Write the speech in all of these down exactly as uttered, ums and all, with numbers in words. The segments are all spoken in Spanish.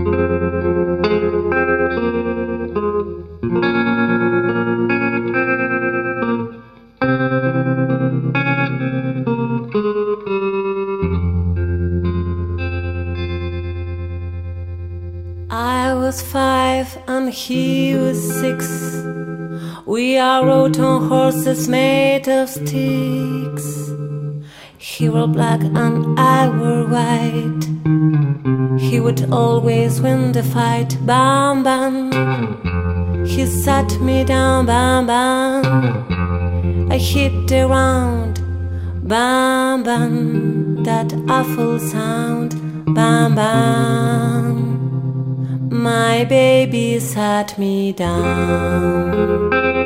I was five and he was six. We all rode on horses made of sticks. He wore black and I wore white. He would always win the fight. Bam bam. He sat me down. Bam bam. I hit the ground. Bam bam. That awful sound. Bam bam. My baby sat me down.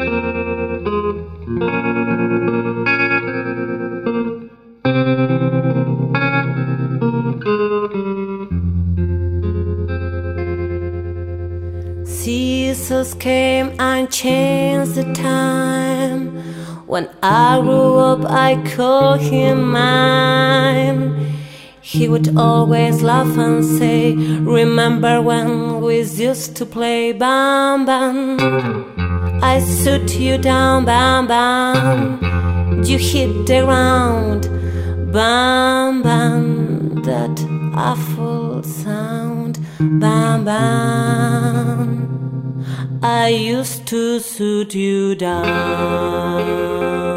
Jesus came and changed the time. When I grew up, I called him mine. He would always laugh and say, remember when we used to play bam bam? I shoot you down, bam bam. You hit the ground, bam bam. That awful sound, bam bam. I used to shoot you down.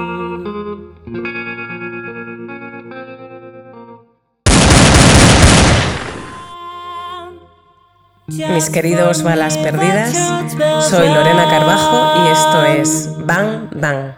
Mis queridos balas perdidas, soy Lorena Carbajo y esto es Bang Bang.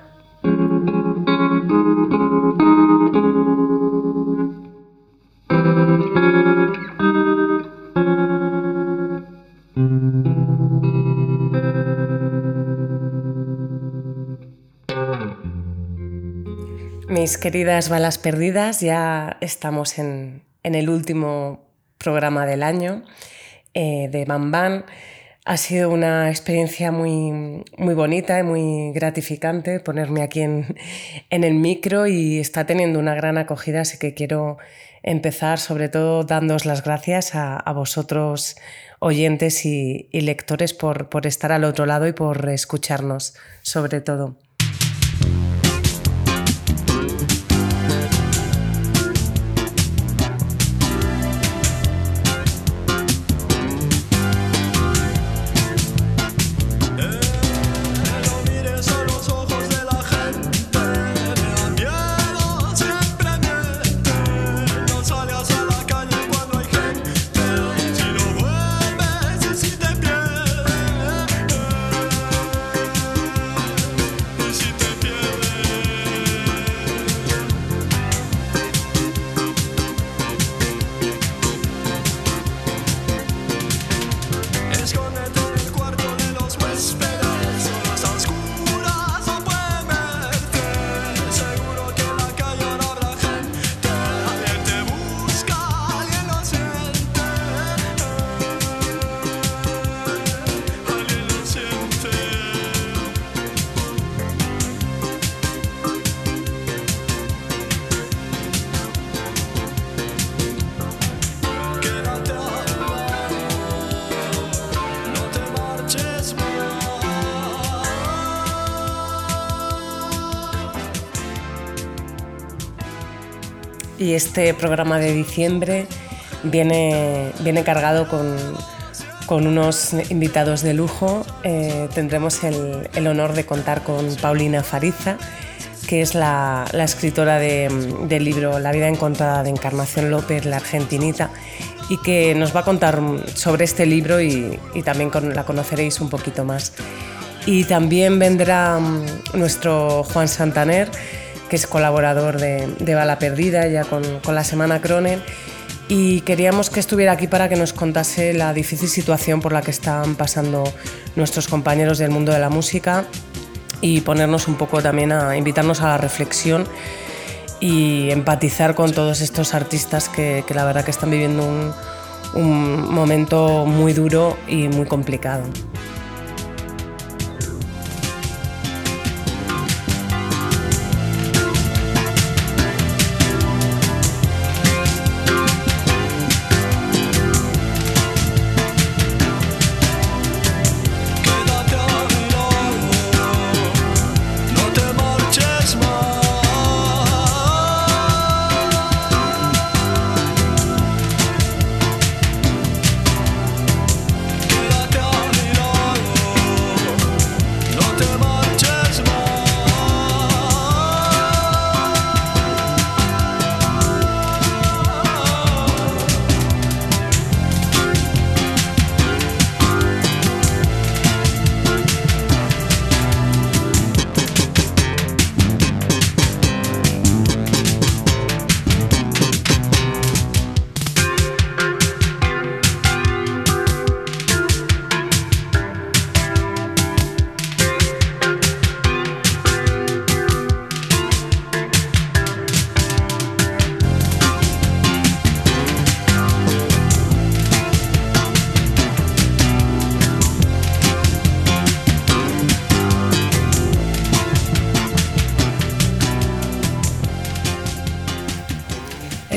Mis queridas balas perdidas, ya estamos en, en el último programa del año. Eh, de Bam Bam. Ha sido una experiencia muy, muy bonita y muy gratificante ponerme aquí en, en el micro y está teniendo una gran acogida, así que quiero empezar sobre todo dándoos las gracias a, a vosotros oyentes y, y lectores por, por estar al otro lado y por escucharnos sobre todo. Y este programa de diciembre viene, viene cargado con, con unos invitados de lujo. Eh, tendremos el, el honor de contar con Paulina Fariza, que es la, la escritora de, del libro La vida encontrada de Encarnación López, la argentinita, y que nos va a contar sobre este libro y, y también con, la conoceréis un poquito más. Y también vendrá nuestro Juan Santaner, que es colaborador de, de Bala Perdida, ya con, con la Semana Cronen, y queríamos que estuviera aquí para que nos contase la difícil situación por la que están pasando nuestros compañeros del mundo de la música y ponernos un poco también a invitarnos a la reflexión y empatizar con todos estos artistas que, que la verdad que están viviendo un, un momento muy duro y muy complicado.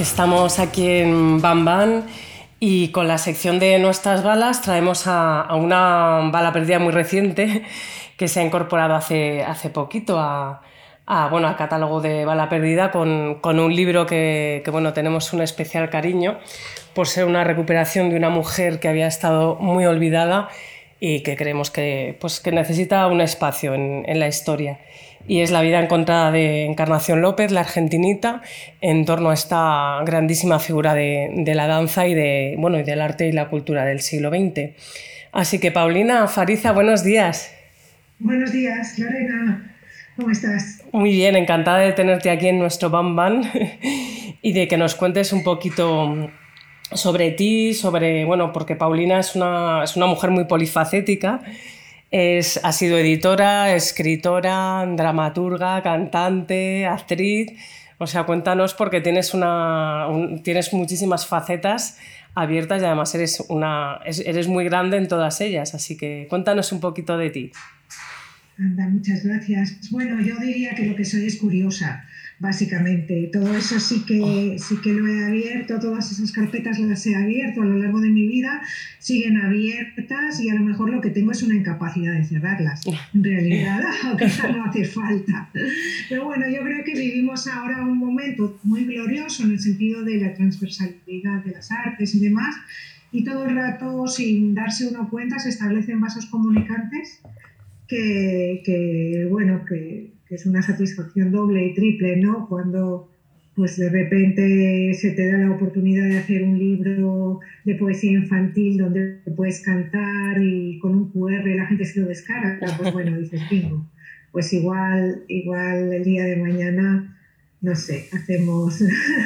Estamos aquí en Bam Bam y con la sección de nuestras balas traemos a, a una bala perdida muy reciente que se ha incorporado hace, hace poquito a, a, bueno, al catálogo de bala perdida con, con un libro que, que bueno, tenemos un especial cariño por ser una recuperación de una mujer que había estado muy olvidada y que creemos que, pues, que necesita un espacio en, en la historia. Y es la vida encontrada de Encarnación López, la argentinita, en torno a esta grandísima figura de, de la danza y, de, bueno, y del arte y la cultura del siglo veinte. Así que, Paulina Fariza, buenos días. Buenos días, Lorena. ¿Cómo estás? Muy bien, encantada de tenerte aquí en nuestro Bam Bam y de que nos cuentes un poquito sobre ti, sobre, bueno, porque Paulina es una, es una mujer muy polifacética. Es, ha sido editora, escritora, dramaturga, cantante, actriz. O sea, cuéntanos porque tienes, una, un, tienes muchísimas facetas abiertas y además eres, una, eres muy grande en todas ellas. Así que cuéntanos un poquito de ti. Anda, muchas gracias. Bueno, yo diría que lo que soy es curiosa, básicamente. Todo eso sí que, sí que lo he abierto, todas esas carpetas las he abierto a lo largo de mi vida, siguen abiertas y a lo mejor lo que tengo es una incapacidad de cerrarlas, en realidad, o quizás no hace falta. Pero bueno, yo creo que vivimos ahora un momento muy glorioso en el sentido de la transversalidad de las artes y demás, y todo el rato, sin darse uno cuenta, se establecen vasos comunicantes Que, que, bueno, que, que es una satisfacción doble y triple, ¿no? Cuando pues de repente se te da la oportunidad de hacer un libro de poesía infantil donde puedes cantar y con un cu erre la gente se lo descarga, pues bueno, dices, bingo, pues igual, igual el día de mañana, no sé, hacemos...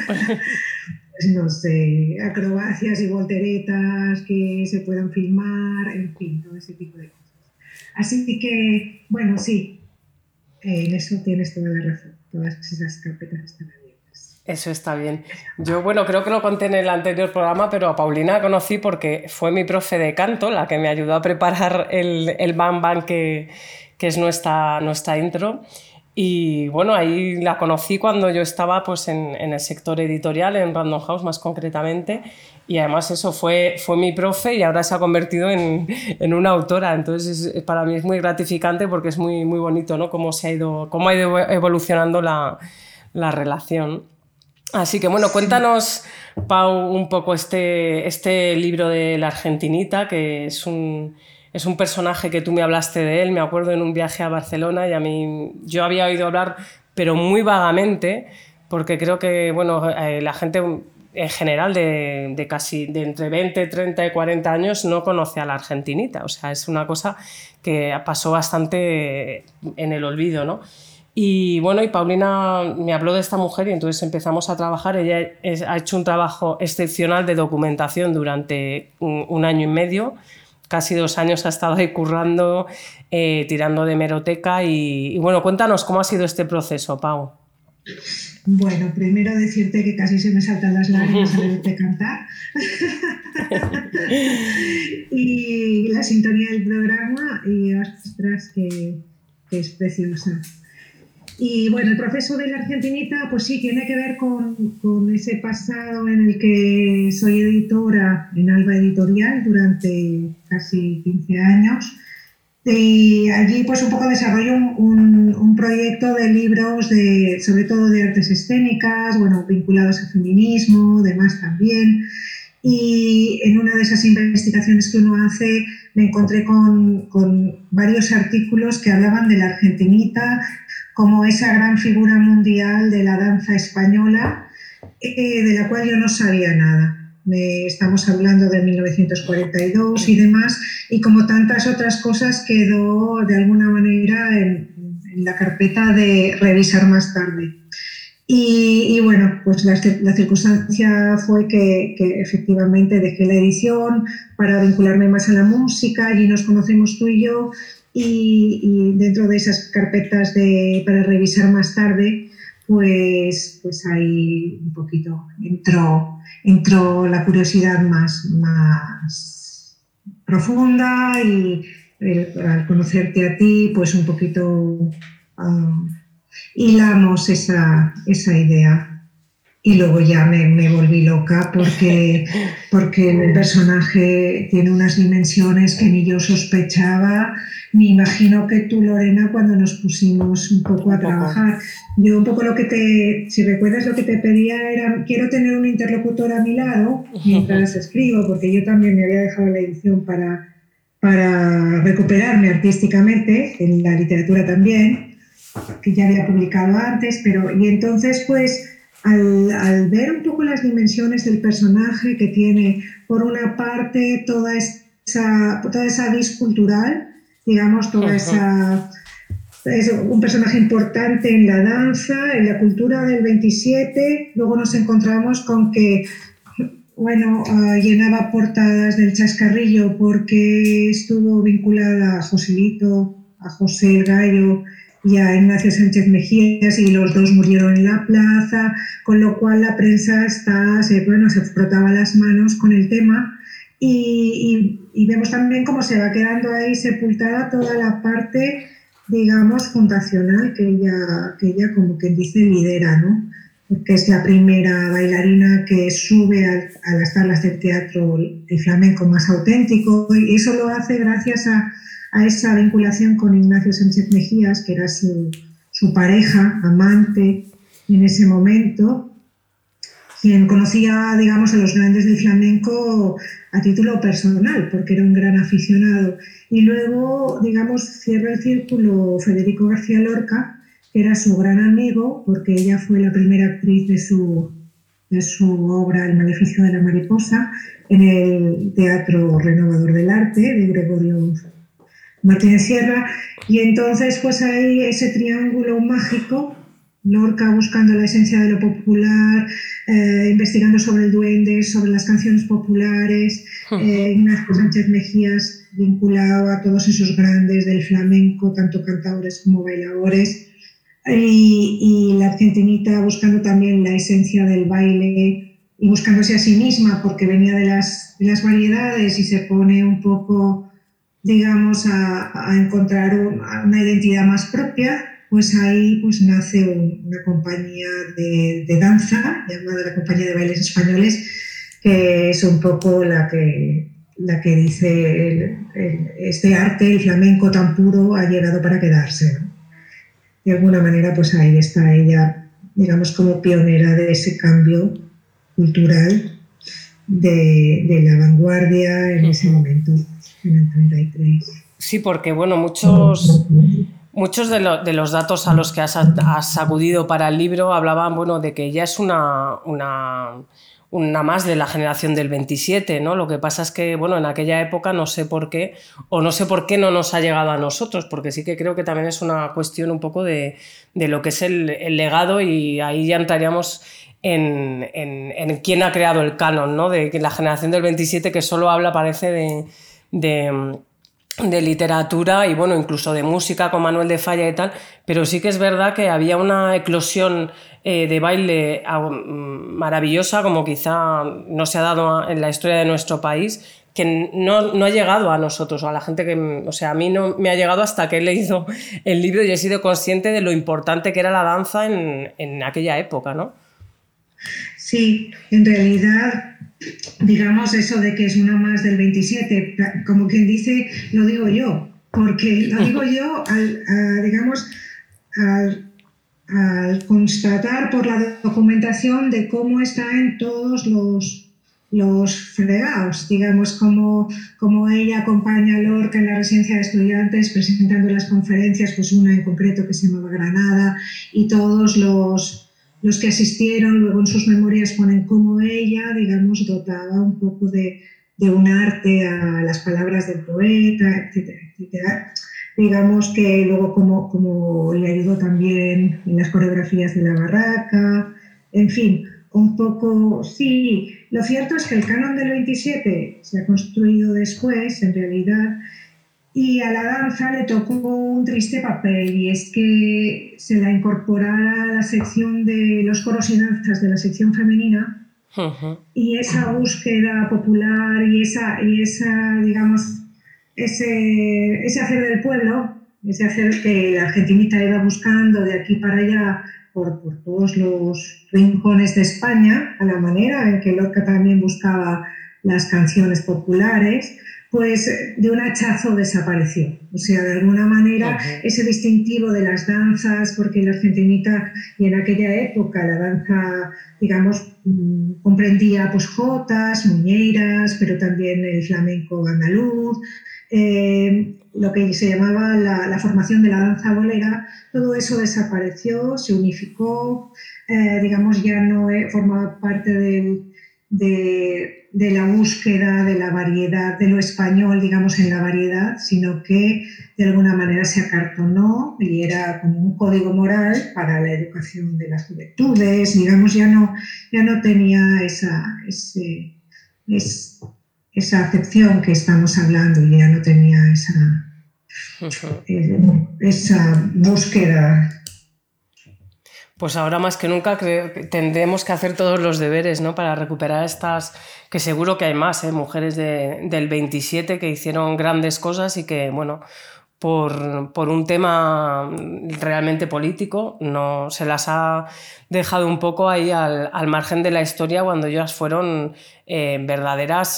pues no sé, acrobacias y volteretas que se puedan filmar, en fin, todo ese tipo de cosas. Así que, bueno, sí, eh, en eso tienes toda la razón. Todas esas carpetas están abiertas. Eso está bien. Yo, bueno, creo que lo conté en el anterior programa, pero a Paulina la conocí porque fue mi profe de canto la que me ayudó a preparar el, el Bam Bam que, que es nuestra, nuestra intro. Y bueno, ahí la conocí cuando yo estaba pues, en, en el sector editorial, en Random House más concretamente, y además eso fue, fue mi profe y ahora se ha convertido en, en una autora. Entonces es, para mí es muy gratificante porque es muy, muy bonito, ¿no? Cómo, se ha ido, cómo ha ido evolucionando la, la relación. Así que bueno, cuéntanos, Pau, un poco este, este libro de la argentinita, que es un... Es un personaje que tú me hablaste de él, me acuerdo en un viaje a Barcelona y a mí yo había oído hablar, pero muy vagamente, porque creo que bueno, eh, la gente en general de, de casi de entre veinte, treinta y cuarenta años no conoce a la argentinita, o sea, es una cosa que pasó bastante en el olvido, ¿no? Y bueno, y Paulina me habló de esta mujer y entonces empezamos a trabajar. Ella es, ha hecho un trabajo excepcional de documentación durante un, un año y medio. Casi dos años ha estado ahí currando, eh, tirando de hemeroteca y, y bueno, cuéntanos cómo ha sido este proceso, Pau. Bueno, primero decirte que casi se me saltan las lágrimas al verte cantar y la sintonía del programa y ostras, que, que es preciosa. Y bueno, el proceso de la argentinita pues sí, tiene que ver con, con ese pasado en el que soy editora en Alba Editorial durante casi quince años. Y allí pues un poco desarrollo un, un, un proyecto de libros, de, sobre todo de artes escénicas, bueno, vinculados al feminismo, demás también. Y en una de esas investigaciones que uno hace me encontré con, con varios artículos que hablaban de la argentinita como esa gran figura mundial de la danza española, eh, de la cual yo no sabía nada. Me, estamos hablando de mil novecientos cuarenta y dos y demás, y como tantas otras cosas quedó de alguna manera en, en la carpeta de revisar más tarde. Y, y bueno, pues la, la circunstancia fue que, que efectivamente dejé la edición para vincularme más a la música, allí nos conocemos tú y yo, y, y dentro de esas carpetas de, para revisar más tarde, pues, pues ahí un poquito entró, entró la curiosidad más, más profunda y el, al conocerte a ti, pues un poquito um, hilamos esa, esa idea. y luego ya me, me volví loca porque, porque el personaje tiene unas dimensiones que ni yo sospechaba. Me imagino que tú, Lorena, cuando nos pusimos un poco a trabajar, yo un poco lo que te, si recuerdas lo que te pedía era, quiero tener un interlocutor a mi lado mientras escribo, porque yo también me había dejado la edición para, para recuperarme artísticamente, en la literatura también, que ya había publicado antes, pero y entonces pues al, al ver un poco las dimensiones del personaje que tiene, por una parte toda esa, toda esa vis cultural, digamos, toda esa... Es un personaje importante en la danza, en la cultura del veintisiete. Luego nos encontramos con que, bueno, uh, llenaba portadas del Chascarrillo porque estuvo vinculada a Joselito, a José el Gallo y a Ignacio Sánchez Mejías, y los dos murieron en la plaza, con lo cual la prensa está, se, bueno, se frotaba las manos con el tema. Y, y, y vemos también cómo se va quedando ahí sepultada toda la parte, digamos, fundacional que ella, que ella como quien dice lidera, ¿no? Porque es la primera bailarina que sube a, a las tablas del teatro el flamenco más auténtico, y eso lo hace gracias a, a esa vinculación con Ignacio Sánchez Mejías, que era su, su pareja, amante en ese momento, quien conocía, digamos, a los grandes del flamenco a título personal, porque era un gran aficionado. Y luego, digamos, cierra el círculo Federico García Lorca, que era su gran amigo, porque ella fue la primera actriz de su, de su obra El maleficio de la mariposa, en el Teatro Renovador del Arte, de Gregorio Martínez Sierra. Y entonces, pues hay ese triángulo mágico, Lorca buscando la esencia de lo popular, eh, investigando sobre el duende, sobre las canciones populares, eh, Ignacio Sánchez Mejías vinculado a todos esos grandes del flamenco, tanto cantadores como bailadores, y, y la argentinita buscando también la esencia del baile y buscándose a sí misma, porque venía de las, de las variedades y se pone un poco, digamos, a, a encontrar un, a una identidad más propia. Pues ahí pues nace un, una compañía de, de danza llamada la Compañía de Bailes Españoles, que es un poco la que, la que dice el, el, este arte, el flamenco tan puro, ha llegado para quedarse, ¿no? De alguna manera pues ahí está ella, digamos, como pionera de ese cambio cultural de, de la vanguardia en ese momento, en el treinta y tres. Sí, porque bueno, muchos... Muchos de, lo, de los datos a los que has, has acudido para el libro hablaban, bueno, de que ella es una, una, una más de la generación del veintisiete, ¿no? Lo que pasa es que, bueno, en aquella época no sé por qué, o no sé por qué no nos ha llegado a nosotros, porque sí que creo que también es una cuestión un poco de, de lo que es el, el legado, y ahí ya entraríamos en, en, en quién ha creado el canon, ¿no? De que la generación del veintisiete, que solo habla, parece, de... de de literatura y bueno, incluso de música con Manuel de Falla y tal, pero sí que es verdad que había una eclosión eh, de baile maravillosa, como quizá no se ha dado en la historia de nuestro país, que no, no ha llegado a nosotros, a la gente que, o sea, a mí no me ha llegado hasta que he leído el libro y he sido consciente de lo importante que era la danza en, en aquella época, ¿no? Sí, en realidad, digamos eso de que es una más del veintisiete, como quien dice, lo digo yo, porque lo digo yo al, a, digamos, al, al constatar por la documentación de cómo está en todos los, los fregados, digamos, como, como ella acompaña a Lorca en la residencia de estudiantes presentando las conferencias, pues una en concreto que se llamaba Granada, y todos los... Los que asistieron luego en sus memorias ponen cómo ella, digamos, dotaba un poco de, de un arte a las palabras del poeta, etcétera, etcétera. Digamos que luego como, como le ayudó también en las coreografías de la barraca, en fin, un poco, sí. Lo cierto es que el canon del veintisiete se ha construido después, en realidad, y a la danza le tocó un triste papel, y es que se la incorporara a la sección de los coros y danzas de la sección femenina, uh-huh. Y esa búsqueda popular y esa, y esa digamos, ese, ese hacer del pueblo, ese hacer que la argentinita iba buscando de aquí para allá por, por todos los rincones de España, a la manera en que Lorca también buscaba las canciones populares, pues de un hachazo desapareció. O sea, de alguna manera, uh-huh. ese distintivo de las danzas, porque la argentinita, y en aquella época la danza, digamos, comprendía pues jotas, muñeiras, pero también el flamenco andaluz, eh, lo que se llamaba la, la formación de la danza bolera, todo eso desapareció, se unificó, eh, digamos, ya no formaba parte del, de, de la búsqueda de la variedad, de lo español, digamos, en la variedad, sino que de alguna manera se acartonó y era como un código moral para la educación de las juventudes, digamos, ya no, ya no tenía esa, ese, es, esa acepción que estamos hablando, ya no tenía esa, eh, esa búsqueda. Pues ahora más que nunca creo que tendremos que hacer todos los deberes, ¿no? Para recuperar estas, que seguro que hay más, ¿eh? Mujeres de, del veintisiete que hicieron grandes cosas y que, bueno, por, por un tema realmente político no se las ha dejado un poco ahí al, al margen de la historia cuando ellas fueron eh, verdaderas,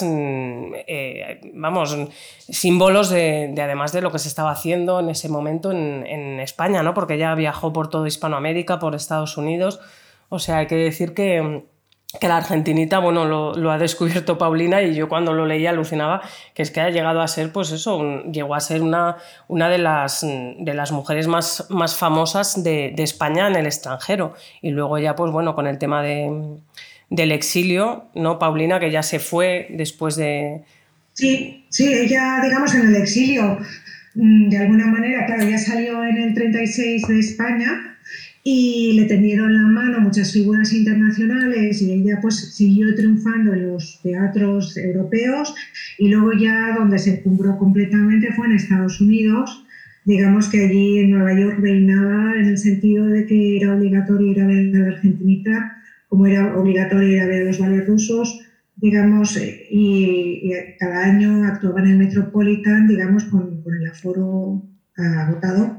eh, vamos, símbolos de, de además de lo que se estaba haciendo en ese momento en, en España, ¿no? Porque ella viajó por toda Hispanoamérica, por Estados Unidos, o sea, hay que decir que que la argentinita, bueno, lo, lo ha descubierto Paulina y yo cuando lo leía alucinaba que es que ha llegado a ser, pues eso, un, llegó a ser una, una de, las, de las mujeres más, más famosas de, de España en el extranjero. Y luego ya, pues bueno, con el tema de, del exilio, ¿no, Paulina? Que ya se fue después de... Sí, sí, ella, digamos, en el exilio, de alguna manera, claro, ya salió en el treinta y seis de España y le tendieron la mano muchas figuras internacionales y ella pues siguió triunfando en los teatros europeos y luego ya donde se cumplió completamente fue en Estados Unidos. Digamos que allí en Nueva York reinaba en el sentido de que era obligatorio ir a ver a la argentinita, como era obligatorio ir a ver a los ballet rusos, digamos, y, y cada año actuaba en el Metropolitan, digamos, con, con el aforo agotado.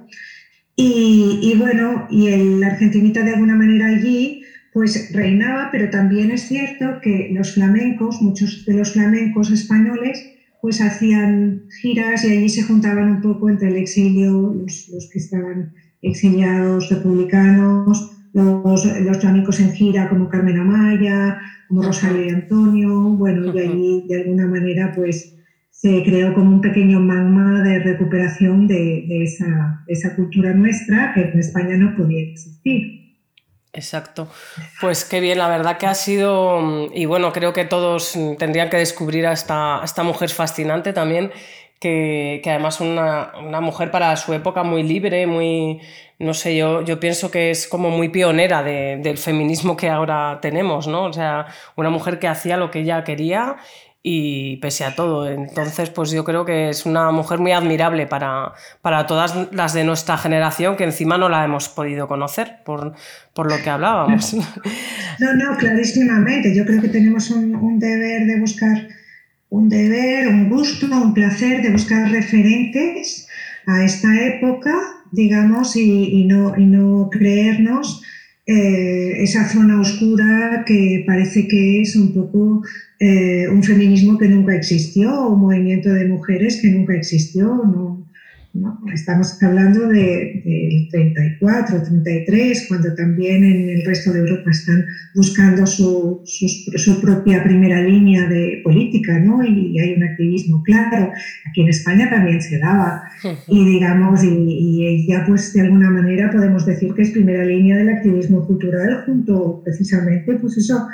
Y, y bueno, y el argentinita de alguna manera allí pues reinaba, pero también es cierto que los flamencos, muchos de los flamencos españoles, pues hacían giras y allí se juntaban un poco entre el exilio, los, los que estaban exiliados republicanos, los, los flamencos en gira como Carmen Amaya, como Rosario y Antonio, bueno, y allí de alguna manera pues se creó como un pequeño magma de recuperación de, de, esa, de esa cultura nuestra que en España no podía existir. Exacto. Pues qué bien, la verdad que ha sido, y bueno, creo que todos tendrían que descubrir a esta, a esta mujer fascinante también, que, que además una, una mujer para su época muy libre, muy, no sé, yo, yo pienso que es como muy pionera de, del feminismo que ahora tenemos, ¿no? O sea, una mujer que hacía lo que ella quería y pese a todo. Entonces, pues yo creo que es una mujer muy admirable para, para todas las de nuestra generación que encima no la hemos podido conocer por, por lo que hablábamos. No, no, clarísimamente. Yo creo que tenemos un, un deber de buscar, un deber, un gusto, un placer de buscar referentes a esta época, digamos, y, y, no, y no creernos eh, esa zona oscura que parece que es un poco eh, un feminismo que nunca existió, un movimiento de mujeres que nunca existió, no, no estamos hablando de, del treinta y cuatro, treinta y tres, cuando también en el resto de Europa están buscando su, su, su propia primera línea de política, ¿no? Y hay un activismo claro. Aquí en España también se daba. Y digamos, y, y ya pues de alguna manera podemos decir que es primera línea del activismo cultural junto precisamente, pues eso,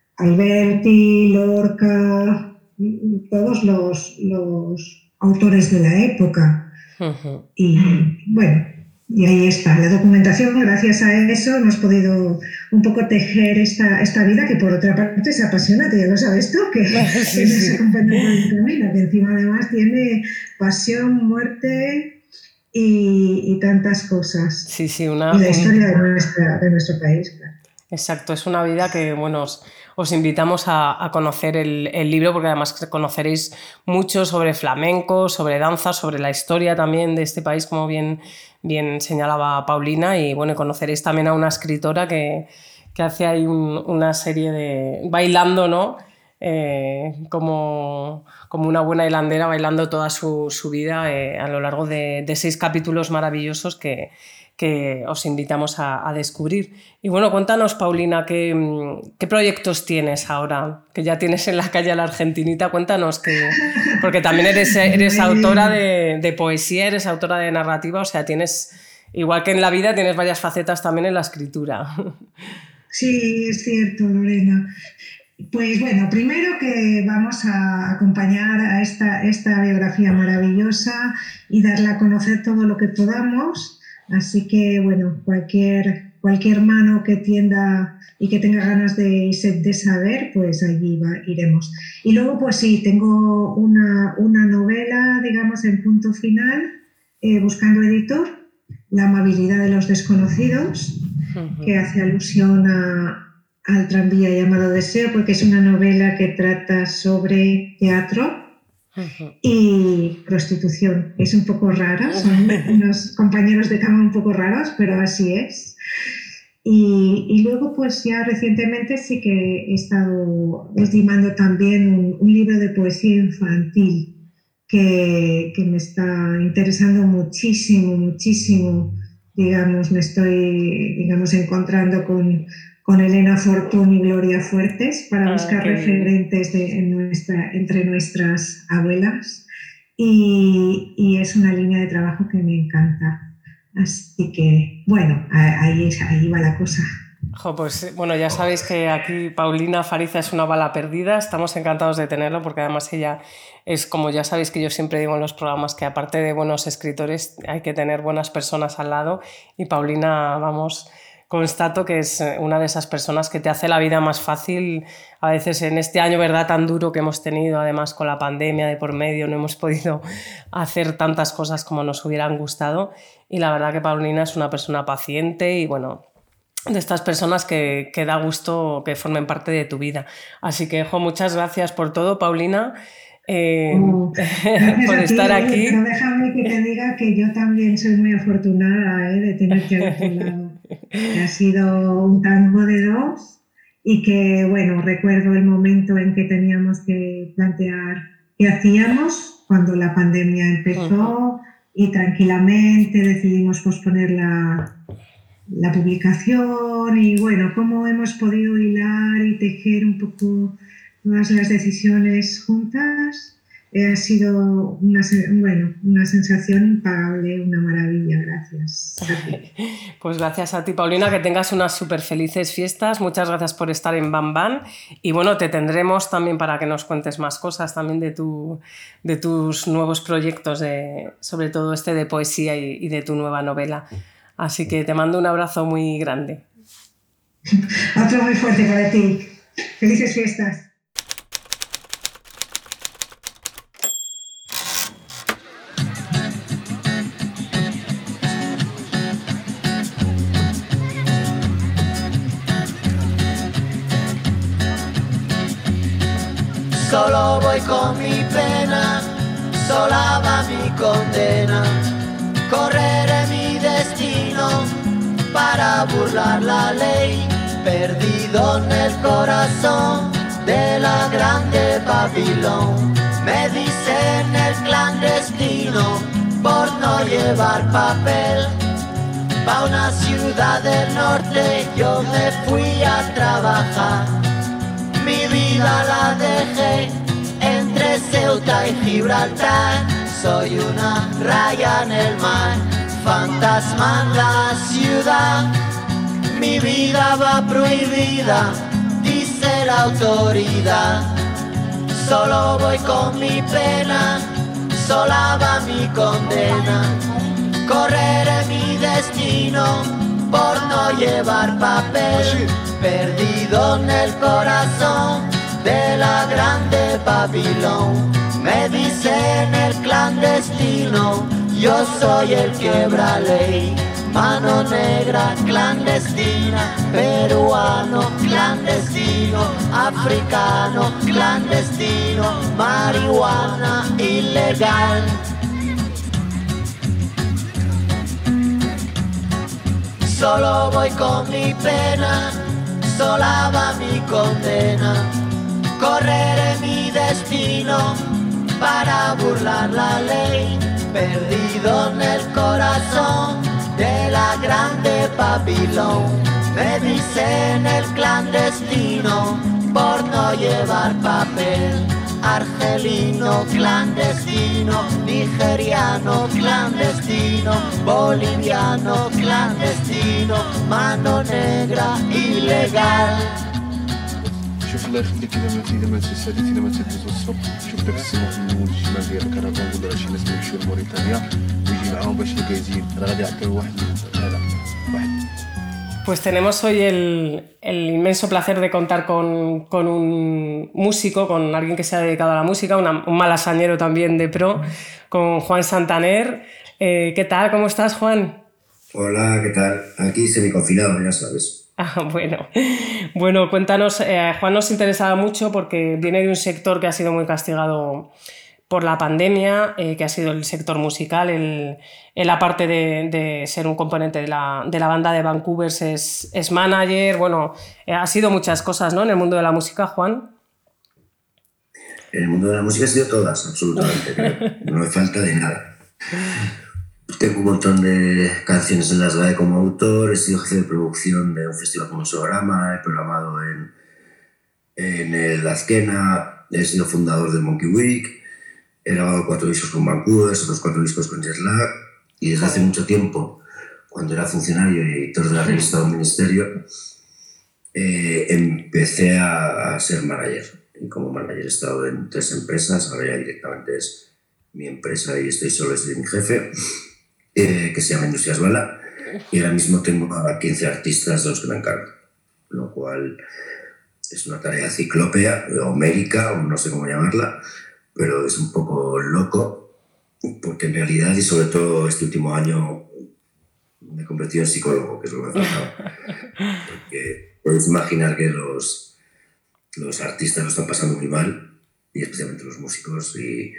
Alberti, Lorca, todos los, los autores de la época. Uh-huh. Y bueno, y ahí está, la documentación, gracias a eso hemos podido un poco tejer esta, esta vida que por otra parte es apasionante, ya lo sabes tú, que sí, es sí. Camino, que encima además tiene pasión, muerte y, y tantas cosas. Sí, sí, una, y la historia de, nuestra, de nuestro país, claro. Exacto, es una vida que, bueno, os, os invitamos a, a conocer el, el libro, porque además conoceréis mucho sobre flamenco, sobre danza, sobre la historia también de este país, como bien, bien señalaba Paulina, y bueno, conoceréis también a una escritora que, que hace ahí un, una serie de... bailando, ¿no? Eh, como, como una buena hilandera, bailando toda su, su vida eh, a lo largo de, de seis capítulos maravillosos que... que os invitamos a, a descubrir. Y bueno, cuéntanos, Paulina, ¿qué, qué proyectos tienes ahora? Que ya tienes en la calle a la Argentinita, cuéntanos, que, porque también eres, eres autora de, de poesía, eres autora de narrativa, o sea, tienes, igual que en la vida, tienes varias facetas también en la escritura. Sí, es cierto, Lorena. Pues bueno, primero que vamos a acompañar a esta, esta biografía maravillosa y darla a conocer todo lo que podamos. Así que, bueno, cualquier, cualquier mano que tienda y que tenga ganas de, de saber, pues allí va, iremos. Y luego, pues sí, tengo una, una novela, digamos, en punto final, eh, buscando editor, La amabilidad de los desconocidos, uh-huh. que hace alusión a, al tranvía llamado Deseo, porque es una novela que trata sobre teatro y prostitución. Es un poco rara, son unos compañeros de cama un poco raros, pero así es. Y, y luego, pues ya recientemente sí que he estado ultimando también un, un libro de poesía infantil que, que me está interesando muchísimo, muchísimo. Digamos, me estoy, digamos, encontrando con... con Elena Fortún y Gloria Fuertes para buscar okay. referentes de, en nuestra, entre nuestras abuelas y, y es una línea de trabajo que me encanta. Así que, bueno, ahí, ahí va la cosa. Jo, pues bueno, ya sabéis que aquí Paulina Fariza es una bala perdida, estamos encantados de tenerlo porque además ella es, como ya sabéis que yo siempre digo en los programas, que aparte de buenos escritores hay que tener buenas personas al lado y Paulina, vamos... constato que es una de esas personas que te hace la vida más fácil. A veces en este año, ¿verdad?, tan duro que hemos tenido, además con la pandemia de por medio, no hemos podido hacer tantas cosas como nos hubieran gustado. Y la verdad que Paulina es una persona paciente y, bueno, de estas personas que, que da gusto que formen parte de tu vida. Así que, jo, muchas gracias por todo, Paulina. Eh, oh, por ti, estar aquí. Pero déjame que te diga que yo también soy muy afortunada eh, de tenerte a tu lado. Ha sido un tango de dos y que, bueno, recuerdo el momento en que teníamos que plantear qué hacíamos cuando la pandemia empezó y tranquilamente decidimos posponer la, la publicación y, bueno, cómo hemos podido hilar y tejer un poco todas las decisiones juntas. Ha sido una, bueno, una sensación impagable, una maravilla. Gracias. Pues gracias a ti, Paulina, que tengas unas súper felices fiestas. Muchas gracias por estar en Bam Bam. Y bueno, te tendremos también para que nos cuentes más cosas también de, tu, de tus nuevos proyectos, de, sobre todo este de poesía y, y de tu nueva novela. Así que te mando un abrazo muy grande. Otro muy fuerte para ti. Felices fiestas. Solo voy con mi pena, sola va mi condena. Correré mi destino para burlar la ley, perdido en el corazón de la grande Babilón. Me dicen el clandestino por no llevar papel. Pa' una ciudad del norte yo me fui a trabajar. Mi vida la dejé entre Ceuta y Gibraltar. Soy una raya en el mar, fantasma en la ciudad. Mi vida va prohibida, dice la autoridad. Solo voy con mi pena, sola va mi condena. Correré mi destino por no llevar papel, perdido en el corazón de la grande Babilón. Me dicen el clandestino, yo soy el quebra ley. mano negra clandestina, peruano clandestino, africano clandestino, marihuana ilegal. Solo voy con mi pena, sola va mi condena, correré mi destino para burlar la ley, perdido en el corazón de la grande Babilón. Me dicen el clandestino por no llevar papel, argelino clandestino, nigeriano clandestino, boliviano clandestino, mano negra ilegal. شوف الله يخليك اذا ما اذا ما تساليت اذا ما تدوز السوق شوف داك السماء في النمو الشمال ديال الكرفان ولا شي ناس يمشيو لموريتانيا ويجي معاهم باش يقايزين راه غادي يعطيو واحد هذا واحد. Pues tenemos hoy el, el inmenso placer de contar con, con un músico, con alguien que se ha dedicado a la música, una, un malasañero también de pro, con Juan Santaner. Eh, ¿Qué tal? ¿Cómo estás, Juan? Hola, ¿qué tal? Aquí semiconfinado, ya sabes. Ah, bueno. Bueno, cuéntanos, eh, Juan nos interesaba mucho porque viene de un sector que ha sido muy castigado por la pandemia, eh, que ha sido el sector musical. Él, él aparte de, de ser un componente de la, de la banda de Vancouver, es, es manager, bueno, eh, ha sido muchas cosas, ¿no?, en el mundo de la música, Juan. En el mundo de la música ha sido todas, absolutamente. No me falta de nada. Tengo un montón de canciones en las G A E como autor, he sido jefe de producción de un festival como Sograma, he programado en, en el Azkena, he sido fundador de Monkey Week, he grabado cuatro discos con Vancouver, otros cuatro discos con Jetlag, y desde hace mucho tiempo, cuando era funcionario y editor de la revista Un Ministerio, eh, empecé a, a ser manager. Y como manager he estado en tres empresas, ahora ya directamente es mi empresa y estoy solo, soy mi jefe, eh, que se llama Industrias Bala, y ahora mismo tengo a quince artistas de los que me encargo, lo cual es una tarea ciclópea, homérica, o no sé cómo llamarla, pero es un poco loco, porque en realidad, y sobre todo este último año, me he convertido en psicólogo, que es lo que me faltaba. Porque puedes imaginar que los, los artistas lo están pasando muy mal, y especialmente los músicos, y,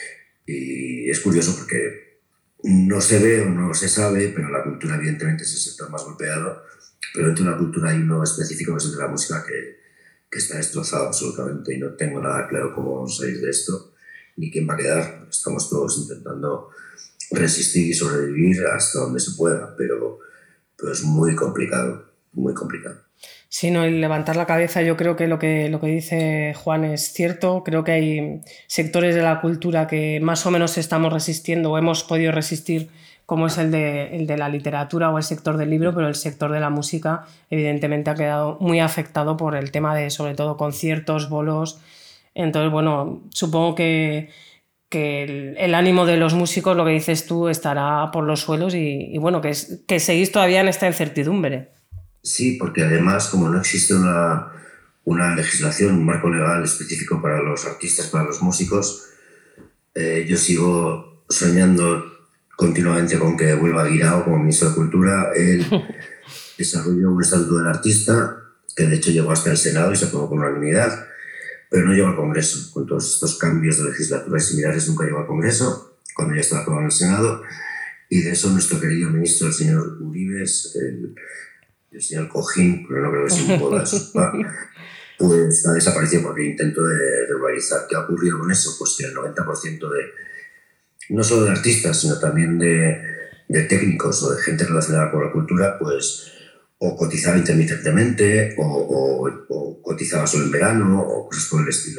y es curioso porque no se ve o no se sabe, pero la cultura evidentemente es el sector más golpeado, pero dentro de la cultura hay uno específico que es el de la música que, que está destrozado absolutamente, y no tengo nada claro cómo vamos a salir de esto ni quién va a quedar. Estamos todos intentando resistir y sobrevivir hasta donde se pueda, pero, pero es muy complicado, muy complicado. Sí, no, el levantar la cabeza, yo creo que lo que, lo que dice Juan es cierto. Creo que hay sectores de la cultura que más o menos estamos resistiendo o hemos podido resistir, como es el de, el de la literatura o el sector del libro, pero el sector de la música evidentemente ha quedado muy afectado por el tema de, sobre todo, conciertos, bolos. Entonces, bueno, supongo que, que el, el ánimo de los músicos, lo que dices tú, estará por los suelos y, y bueno, que, es, que seguís todavía en esta incertidumbre. Sí, porque además, como no existe una, una legislación, un marco legal específico para los artistas, para los músicos, eh, yo sigo soñando continuamente con que vuelva Guirao como ministro de Cultura. Él desarrolló un estatuto del artista, que de hecho llegó hasta el Senado y se aprobó con unanimidad, pero no llegó al Congreso. Con todos estos cambios de legislatura y similares nunca llegó al Congreso, cuando ya estaba aprobado en el Senado, y de eso nuestro querido ministro, el señor Uribes, el, el señor Cojín, pero no creo que sea un poco de sopa, pues ha desaparecido porque intento de regularizar. ¿Qué ha ocurrido con eso? Pues que el noventa por ciento de, no solo de artistas, sino también de, de técnicos o de gente relacionada con la cultura, pues o cotizaba intermitentemente o, o, o cotizaba solo en verano o cosas por el estilo.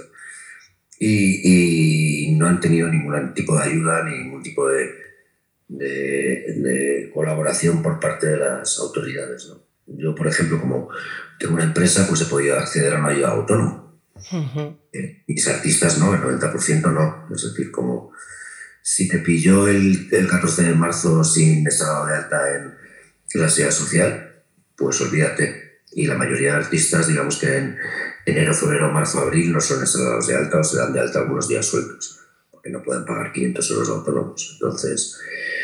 Y, y no han tenido ningún tipo de ayuda ni ningún tipo de, de, de colaboración por parte de las autoridades, ¿no? Yo, por ejemplo, como tengo una empresa, pues he podido acceder a una ayuda autónoma. Uh-huh. Eh, mis artistas no, el noventa por ciento no. Es decir, como si te pilló el, el catorce de marzo sin estar dado de alta en la seguridad social, pues olvídate. Y la mayoría de artistas, digamos que en enero, febrero, marzo, abril no son estados de alta o se dan de alta algunos días sueltos, porque no pueden pagar quinientos euros autónomos. Entonces,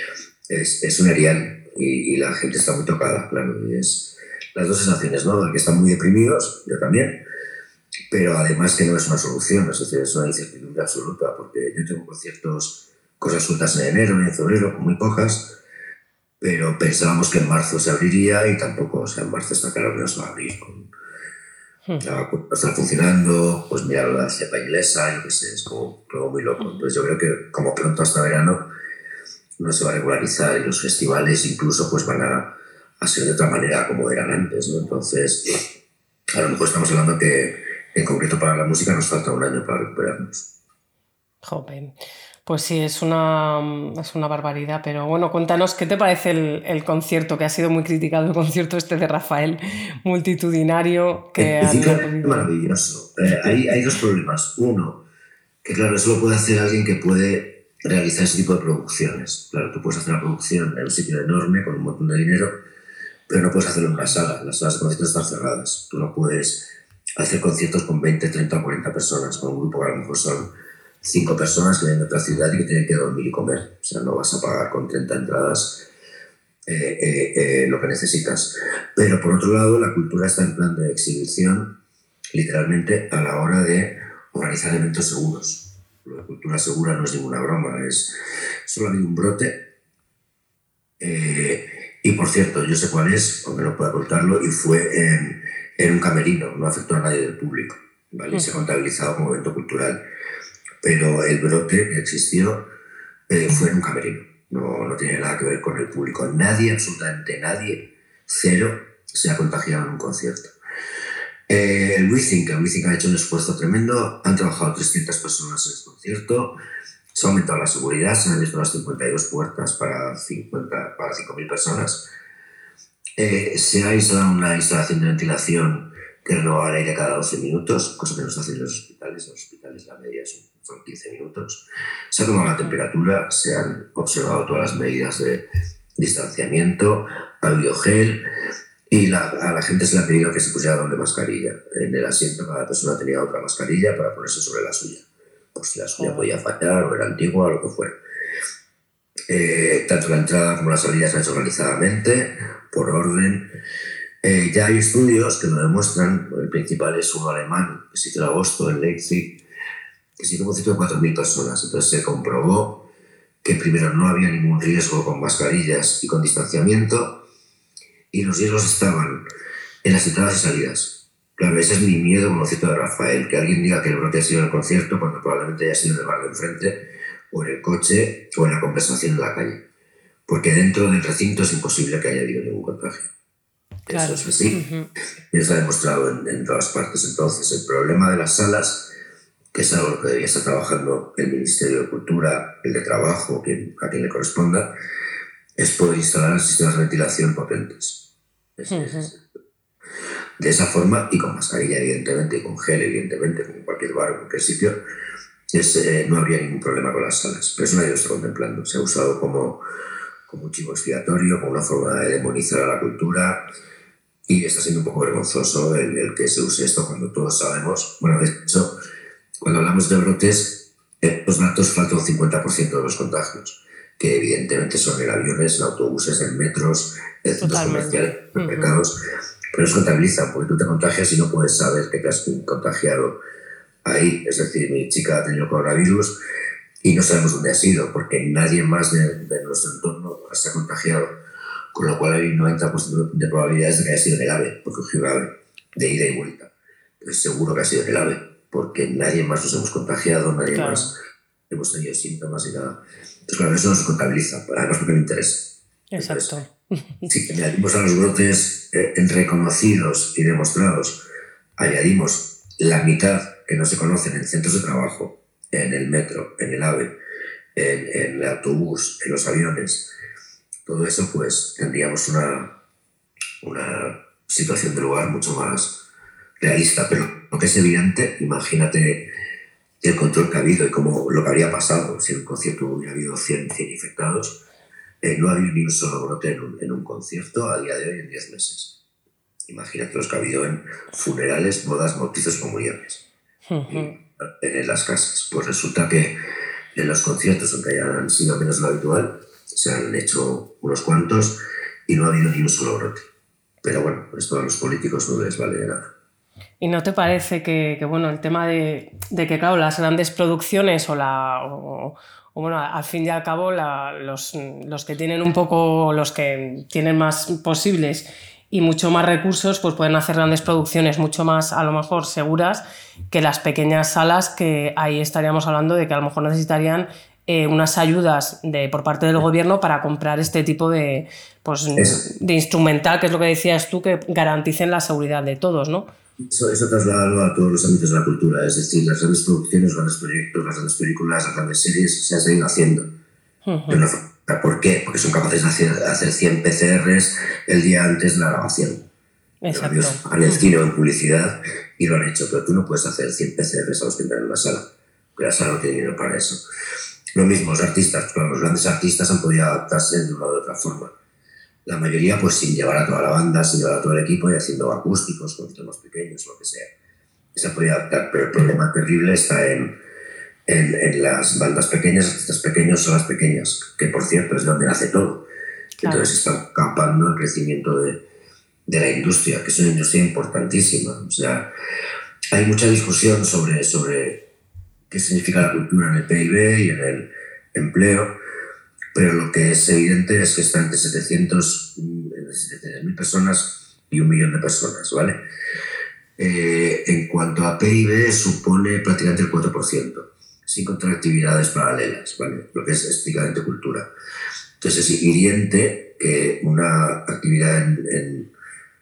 es, es un erial y, y la gente está muy tocada, claro, y es las dos sensaciones, ¿no? Que están muy deprimidos, yo también, pero además que no es una solución, es decir, es una incertidumbre absoluta, porque yo tengo conciertos, cosas sueltas en enero y en febrero, muy pocas, pero pensábamos que en marzo se abriría y tampoco, o sea, en marzo está claro que no se va a abrir. Con, la vacuna no está funcionando, pues mira la cepa inglesa, yo qué sé, es como, como muy loco. Entonces yo creo que como pronto hasta verano no se va a regularizar y los festivales incluso pues van a, a ser de otra manera como eran antes, ¿no? Entonces, a lo mejor estamos hablando que en concreto para la música nos falta un año para recuperarnos. Joder. Pues sí, es una, es una barbaridad, pero bueno, cuéntanos, ¿qué te parece el, el concierto, que ha sido muy criticado, el concierto este de Rafael, multitudinario? Que en principio han... es maravilloso. Eh, hay, hay dos problemas. Uno, que claro, eso lo puede hacer alguien que puede realizar ese tipo de producciones. Claro, tú puedes hacer una producción en un sitio enorme con un montón de dinero, pero no puedes hacerlo en una sala. Las salas de conciertos están cerradas. Tú no puedes hacer conciertos con veinte, treinta o cuarenta personas, con un grupo que a lo mejor son cinco personas que vienen de otra ciudad y que tienen que dormir y comer. O sea, no vas a pagar con treinta entradas eh, eh, eh, lo que necesitas. Pero por otro lado, la cultura está en plan de exhibición, literalmente a la hora de organizar eventos seguros. La cultura segura no es ninguna broma, es solo ha habido un brote. Eh, y por cierto, yo sé cuál es, aunque no pueda contarlo, y fue en, en un camerino, no afectó a nadie del público, ¿vale? Y se ha contabilizado como evento cultural. Pero el brote que existió eh, fue en un camerino, no, no tiene nada que ver con el público. Nadie, absolutamente nadie, cero, se ha contagiado en un concierto. Eh, el WeThink, el WeThink ha hecho un esfuerzo tremendo, han trabajado trescientas personas en este concierto, se ha aumentado la seguridad, se han abierto las cincuenta y dos puertas para, cincuenta, para cinco mil personas, eh, se ha instalado una instalación de ventilación que renova el aire cada doce minutos, cosa que no se hace en los hospitales. En los hospitales la media son, son quince minutos. Se ha tomado la temperatura, se han observado todas las medidas de distanciamiento, ha habido gel y la, a la gente se le ha pedido que se pusiera doble mascarilla. En el asiento cada persona tenía otra mascarilla para ponerse sobre la suya, por si la suya podía fallar o era antigua o lo que fuera. Eh, tanto la entrada como la salida se han hecho organizadamente, por orden. Eh, ya hay estudios que lo demuestran. El principal es uno alemán que se hizo en agosto en Leipzig, que se hizo un concierto de cuatro mil personas. Entonces se comprobó que primero no había ningún riesgo con mascarillas y con distanciamiento, y los riesgos estaban en las entradas y salidas. Claro, ese es mi miedo con el concierto de Rafael, que alguien diga que el brote ha sido en el concierto cuando probablemente haya sido en el bar de enfrente o en el coche o en la conversación en la calle, porque dentro del recinto es imposible que haya habido ningún contagio. Claro. Eso es así, uh-huh. Y eso ha demostrado en, en todas partes. Entonces, el problema de las salas, que es algo que debería estar trabajando el Ministerio de Cultura, el de Trabajo, quien, a quien le corresponda, es poder instalar sistemas de ventilación potentes. Es, uh-huh. es, de esa forma, y con mascarilla, evidentemente, y con gel, evidentemente, como en cualquier bar o en cualquier sitio, es, eh, no habría ningún problema con las salas. Pero eso nadie lo está contemplando. Se ha usado como, como un chivo expiatorio, como una forma de demonizar a la cultura. Y está siendo un poco vergonzoso el, el que se use esto cuando todos sabemos. Bueno, de hecho, cuando hablamos de brotes, en los datos falta un cincuenta por ciento de los contagios, que evidentemente son en aviones, en autobuses, en metros, en centros comerciales, en mercados, uh-huh. Pero se contabilizan, porque tú te contagias y no puedes saber que te has contagiado ahí. Es decir, mi chica ha tenido coronavirus y no sabemos dónde ha sido, porque nadie más de, de nuestro entorno se ha contagiado. Con lo cual hay un noventa por ciento de probabilidades de que haya sido en el AVE, porque cogió un AVE de ida y vuelta. Entonces seguro que ha sido en el AVE, porque nadie más nos hemos contagiado, nadie claro. más hemos tenido síntomas y nada. Entonces claro, eso no se contabiliza, además porque no interesa. Exacto. Entonces, si añadimos a los brotes eh, reconocidos y demostrados, añadimos la mitad que no se conocen en centros de trabajo, en el metro, en el AVE, en, en el autobús, en los aviones, todo eso, pues tendríamos una, una situación de lugar mucho más realista. Pero lo que es evidente, imagínate el control que ha habido y cómo lo que habría pasado si en un concierto hubiera habido cien, cien infectados. Eh, no ha habido ni un solo brote en un, en un concierto a día de hoy en diez meses. Imagínate los que ha habido en funerales, bodas, bautizos, comuniones. Uh-huh. En las casas. Pues resulta que en los conciertos, aunque hayan sido menos lo habitual, se han hecho unos cuantos y no ha habido ni un solo brote. Pero bueno, esto a los políticos no les vale de nada. ¿Y no te parece que, que bueno, el tema de, de que, claro, las grandes producciones o la... O, o bueno, al fin y al cabo, la, los, los que tienen un poco, los que tienen más posibles y mucho más recursos, pues pueden hacer grandes producciones mucho más, a lo mejor, seguras que las pequeñas salas, que ahí estaríamos hablando de que a lo mejor necesitarían eh, unas ayudas de, por parte del gobierno para comprar este tipo de, pues, de instrumental, que es lo que decías tú, que garanticen la seguridad de todos, ¿no? Eso, eso traslada a todos los ámbitos de la cultura, es decir, las grandes producciones, los grandes proyectos, las grandes películas, las grandes series se han seguido haciendo. Uh-huh. Pero no, ¿por qué? Porque son capaces de hacer, hacer cien P C Rs el día antes de la grabación. Exacto. Ellos han el cine o en publicidad y lo han hecho, pero tú no puedes hacer cien P C Rs a los que entran en una sala, porque la sala no tiene dinero para eso. Lo mismo, los artistas, claro, los grandes artistas han podido adaptarse de una u otra forma. La mayoría pues sin llevar a toda la banda, sin llevar a todo el equipo y haciendo acústicos, con temas pequeños, lo que sea. Se puede adaptar, pero el problema terrible está en, en, en las bandas pequeñas, artistas pequeños, salas pequeñas, que por cierto es donde nace todo. Claro. Entonces están capando el crecimiento de, de la industria, que es una industria importantísima. O sea, hay mucha discusión sobre, sobre qué significa la cultura en el P I B y en el empleo. Pero lo que es evidente es que está entre setecientas mil personas y un millón de personas, ¿vale? Eh, en cuanto a P I B, supone prácticamente el cuatro por ciento, sin contar actividades paralelas, ¿vale? Lo que es estrictamente cultura. Entonces es hiriente que una actividad en, en,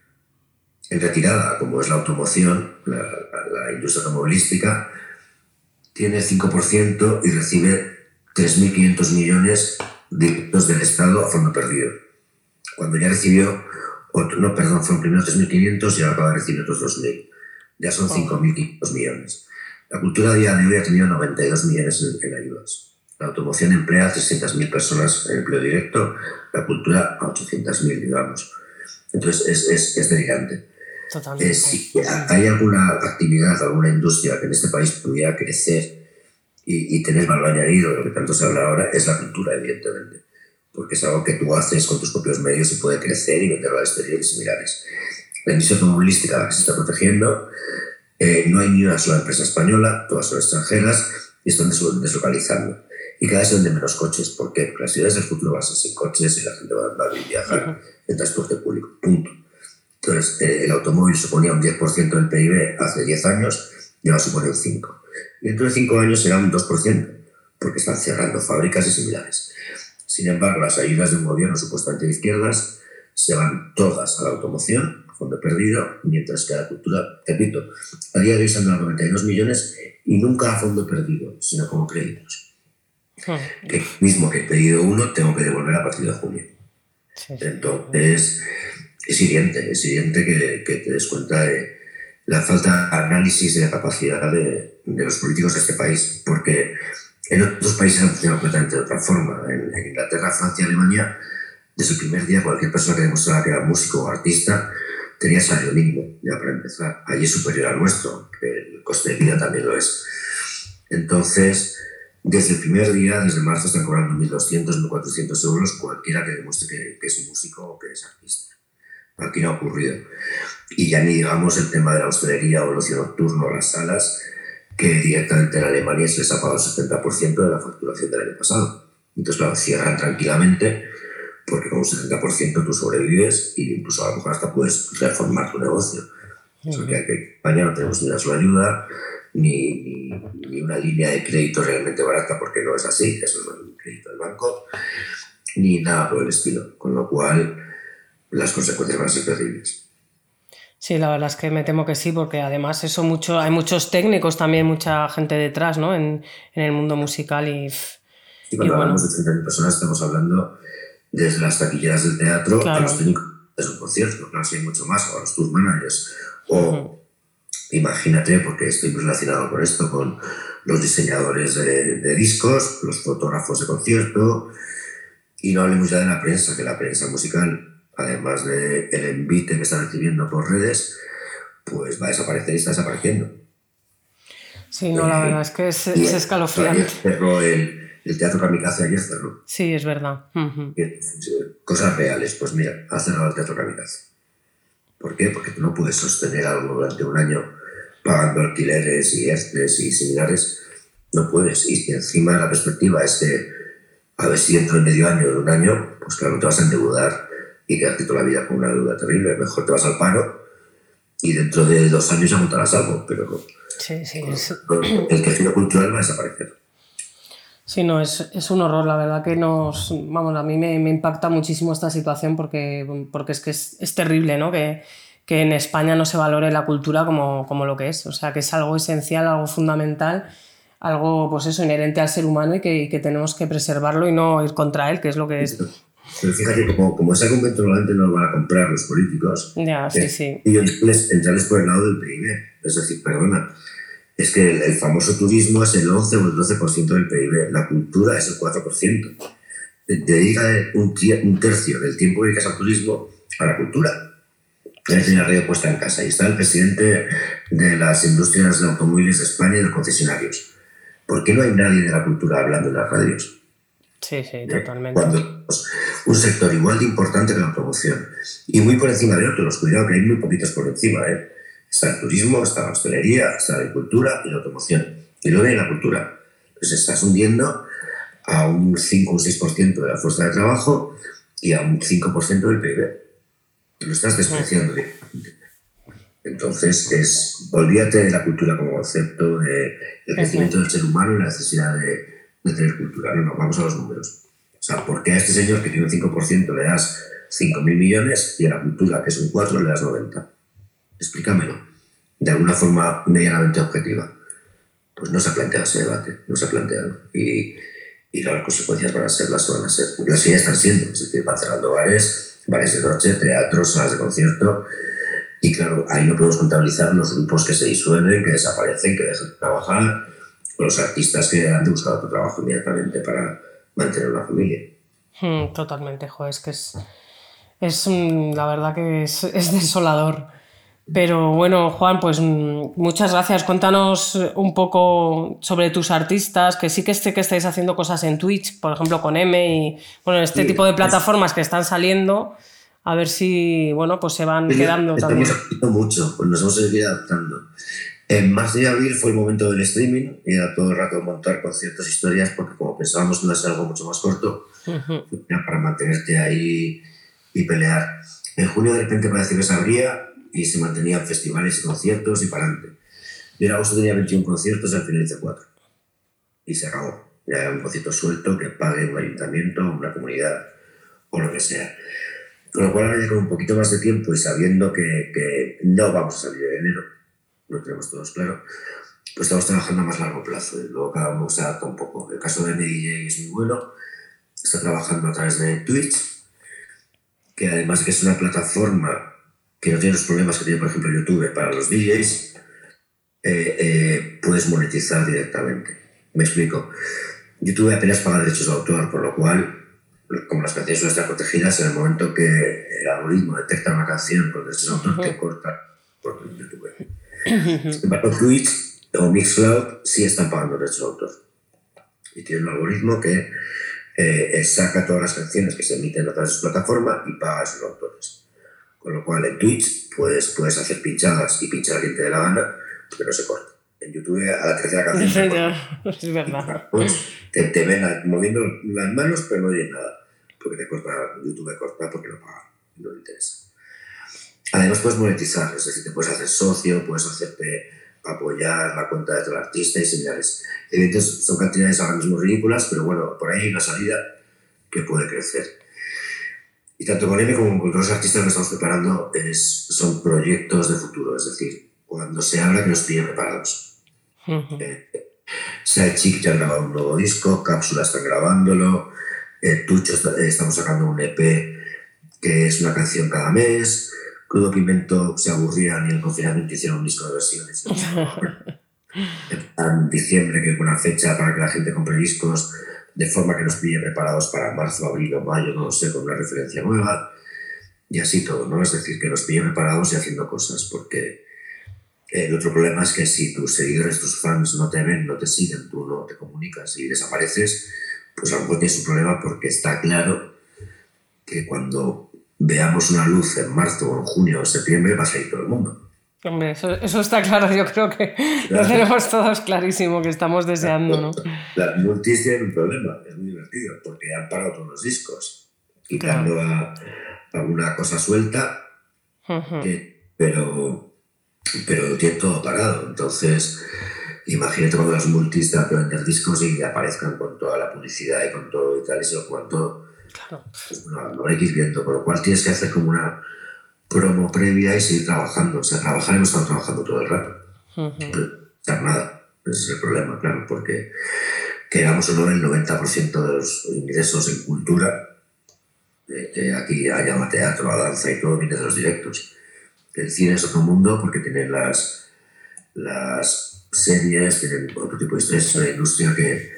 en retirada, como es la automoción, la, la industria automovilística, tiene cinco por ciento y recibe tres mil quinientos millones directos del Estado a fondo perdido. Cuando ya recibió, otro, no, perdón, fueron primero tres mil quinientos y ahora acaba de recibir otros dos mil. Ya son cinco mil quinientos millones. La cultura a día de hoy ha tenido noventa y dos millones en, en ayudas. La automoción emplea a trescientas mil personas en empleo directo, la cultura a ochocientas mil, digamos. Entonces es, es, es delirante. Totalmente. Eh, si hay alguna actividad, alguna industria que en este país pudiera crecer y, y tener valor añadido, de lo que tanto se habla ahora, es la cultura, evidentemente, porque es algo que tú haces con tus propios medios y puede crecer y venderlo al exterior y similares. La industria automovilística se está protegiendo, eh, no hay ni una sola empresa española, todas son extranjeras y están deslocalizando. Y cada vez se venden menos coches. ¿Por qué? Porque las ciudades del futuro van a ser sin coches y la gente va a andar y viajar en transporte público. Punto. Entonces, eh, el automóvil suponía un diez por ciento del P I B hace diez años y ahora supone un cinco por ciento. Y dentro de cinco años será un dos por ciento, porque están cerrando fábricas y similares. Sin embargo, las ayudas de un gobierno supuestamente de izquierdas se van todas a la automoción, a fondo perdido, mientras que a la cultura, repito, a día de hoy se han dado noventa y dos millones y nunca a fondo perdido, sino como créditos. Que mismo que he pedido uno, tengo que devolver a partir de junio. Entonces, es hiriente, es hiriente que, que te des cuenta de la falta de análisis y de capacidad de, de los políticos de este país, porque en otros países han funcionado completamente de otra forma. En, en Inglaterra, Francia, Alemania, desde el primer día cualquier persona que demostrara que era músico o artista tenía salario mínimo, ya para empezar. Allí es superior al nuestro, que el coste de vida también lo es. Entonces, desde el primer día, desde marzo, están cobrando mil doscientos, mil cuatrocientos euros cualquiera que demuestre que, que es músico o que es artista. Aquí no ha ocurrido. Y ya ni digamos el tema de la hostelería o el ocio nocturno, las salas, que directamente en Alemania se les ha pagado el setenta por ciento de la facturación del año pasado. Entonces, claro, cierran tranquilamente, porque con un setenta por ciento tú sobrevives e incluso a lo mejor hasta puedes reformar tu negocio. Uh-huh. O sea, que aquí en España no tenemos ni una sola ayuda, ni, ni, ni una línea de crédito realmente barata, porque no es así, eso es un crédito del banco, ni nada por el estilo. Con lo cual, las consecuencias van a ser terribles. Sí, la verdad es que me temo que sí, porque además eso mucho, hay muchos técnicos también, mucha gente detrás, ¿no? en, en el mundo musical y... Y cuando y hablamos bueno. de treinta mil personas estamos hablando desde las taquilleras del teatro claro. a los técnicos de un concierto, claro, si hay mucho más, o a los tour managers, o uh-huh. imagínate, porque estoy relacionado con esto, con los diseñadores de, de discos, los fotógrafos de concierto, y no hablemos ya de la prensa, que la prensa musical, además del envite que está recibiendo por redes, pues va a desaparecer y está desapareciendo. Sí, no, eh, la verdad es que es, es escalofriante. Cerró el, El Teatro Kamikaze ayer cerró. Sí, es verdad. Uh-huh. Cosas reales. Pues mira, ha cerrado el Teatro Kamikaze. ¿Por qué? Porque tú no puedes sostener algo durante un año pagando alquileres y ERTES y similares. No puedes. Y encima la perspectiva es que a ver si dentro de medio año o de un año, pues claro, te vas a endeudar y quedarte toda la vida con una deuda terrible. Mejor te vas al paro y dentro de dos años ya montarás algo, pero sí, sí, es... el tejido cultural va a desaparecer. Sí, no, es, es un horror, la verdad que nos, vamos, a mí me, me impacta muchísimo esta situación porque, porque es que es, es terrible, ¿no? Que, que en España no se valore la cultura como, como lo que es, o sea, que es algo esencial, algo fundamental, algo, pues eso, inherente al ser humano y que, y que tenemos que preservarlo y no ir contra él, que es lo que es. Pero fíjate, como, como ese argumento normalmente no lo van a comprar los políticos, ya, sí, sí. Y entrarles, entrarles por el lado del P I B, es decir, perdona, es que el, el famoso turismo es el once o el doce por ciento del P I B, la cultura es el cuatro por ciento. Dedica un, un tercio del tiempo que dedicas al turismo a la cultura. Tienes la radio puesta en casa y está el presidente de las industrias de automóviles de España y de los concesionarios. ¿Por qué no hay nadie de la cultura hablando en las radios? Sí, sí, totalmente. Cuando un sector igual de importante que la automoción y muy por encima de otros, cuidado que hay muy poquitos por encima, ¿eh? Está el turismo, está la hostelería, está la agricultura y la automoción. Y luego hay la cultura. Pues estás hundiendo a un cinco o un seis por ciento de la fuerza de trabajo y a un cinco por ciento del P I B. Lo estás despreciando directamente. Entonces, es, olvídate de la cultura como concepto, de, del crecimiento del ser humano y la necesidad de, de tener cultura. No, no, vamos a los números. O sea, ¿por qué a este señor que tiene un cinco por ciento le das cinco mil millones y a la cultura, que es un cuatro, le das noventa? Explícamelo, de alguna forma medianamente objetiva. Pues no se ha planteado ese debate, no se ha planteado. Y, y las consecuencias van a ser las que van a ser. Las que ya están siendo, es decir, van cerrando bares, bares de noche, teatros, salas de concierto. Y claro, ahí no podemos contabilizar los grupos que se disuelven, que desaparecen, que dejan de trabajar, o los artistas que han de buscar otro trabajo inmediatamente para mantener una familia. Hmm, totalmente, joder, es que es, es la verdad que es, es desolador. Pero bueno, Juan, pues muchas gracias. Cuéntanos un poco sobre tus artistas, que sí que sé que estáis haciendo cosas en Twitch, por ejemplo con M y bueno, este sí, tipo de plataformas que están saliendo, a ver si bueno, pues se van sí, quedando también. Estamos aprendiendo mucho, pues nos hemos ido adaptando. En marzo y abril fue el momento del streaming y era todo el rato montar conciertos, historias, porque como pensábamos que iba a ser algo mucho más corto, uh-huh. Era para mantenerte ahí y pelear. En junio de repente parecía que se abría y se mantenían festivales y conciertos y para adelante. Yo en agosto tenía veintiún conciertos y al final hice cuatro. Y se acabó. Ya era un concierto suelto que pague un ayuntamiento, una comunidad o lo que sea. Con lo cual ahora ya con un poquito más de tiempo y sabiendo que, que no vamos a salir de enero, lo tenemos todos claro, pues estamos trabajando a más largo plazo y luego cada uno se adapta un poco. El caso de M D J es muy bueno, está trabajando a través de Twitch, que además que es una plataforma que no tiene los problemas que tiene, por ejemplo, YouTube para los D Js, eh, eh, puedes monetizar directamente. Me explico. YouTube apenas paga derechos de autor, por lo cual, como las canciones no están protegidas, en el momento que el algoritmo detecta una canción con derechos de autor, uh-huh. te corta por YouTube. Sin embargo, Twitch o Mixcloud sí están pagando derechos de autor. Y tienen un algoritmo que eh, saca todas las canciones que se emiten a través de su plataforma y paga a sus autores. Con lo cual en Twitch puedes, puedes hacer pinchadas y pinchar a quien te dé la gana, pero no se corta. En YouTube a la tercera canción se corta. Es verdad. Pues te, te ven moviendo las manos, pero no oyen nada. Porque te corta, YouTube te corta porque no paga, no le interesa. Además puedes monetizar, es decir, te puedes hacer socio, puedes hacerte apoyar la cuenta de otro artista y similares. Evidentemente son cantidades ahora mismo ridículas, pero bueno, por ahí hay una salida que puede crecer. Y tanto con M como con otros artistas que estamos preparando es, son proyectos de futuro, es decir, cuando se habla que nos pille preparados. Uh-huh. Eh, Sidechick ya ha grabado un nuevo disco, Cápsula está grabándolo, eh, Tucho está, eh, estamos sacando un E P que es una canción cada mes, Crudo Pimento se aburrían y en el confinamiento hicieron un disco de versiones. En diciembre, que es buena fecha para que la gente compre discos, de forma que nos pille preparados para marzo, abril o mayo, no lo sé, con una referencia nueva, y así todo, ¿no? Es decir, que nos pille preparados y haciendo cosas, porque el otro problema es que si tus seguidores, tus fans no te ven, no te siguen, tú no te comunicas y desapareces, pues a lo mejor tiene su problema, porque está claro que cuando veamos una luz en marzo o en junio o en septiembre va a salir todo el mundo. Hombre, eso, eso está claro, yo creo que claro. Lo tenemos todos clarísimo, que estamos deseando, ¿no? Las multis tienen un problema, es muy divertido, porque han parado todos los discos, quitando claro. a, a alguna cosa suelta, uh-huh. que, pero, pero tienen todo parado. Entonces, imagínate cuando las multis tengan que vender discos y aparezcan con toda la publicidad y con todo y tal, y se lo juegan todo. Claro. Pues bueno, lo hay que ir viendo, con lo cual tienes que hacer como una promo previa y seguir trabajando. O sea, trabajar hemos estado trabajando todo el rato. Uh-huh. Pero no nada, ese es el problema, claro, porque queramos o no, el noventa por ciento de los ingresos en cultura, eh, que aquí haya teatro, a danza y todo, viene de los directos. El cine es otro mundo porque tienen las, las series, tienen otro tipo de historias, es una industria que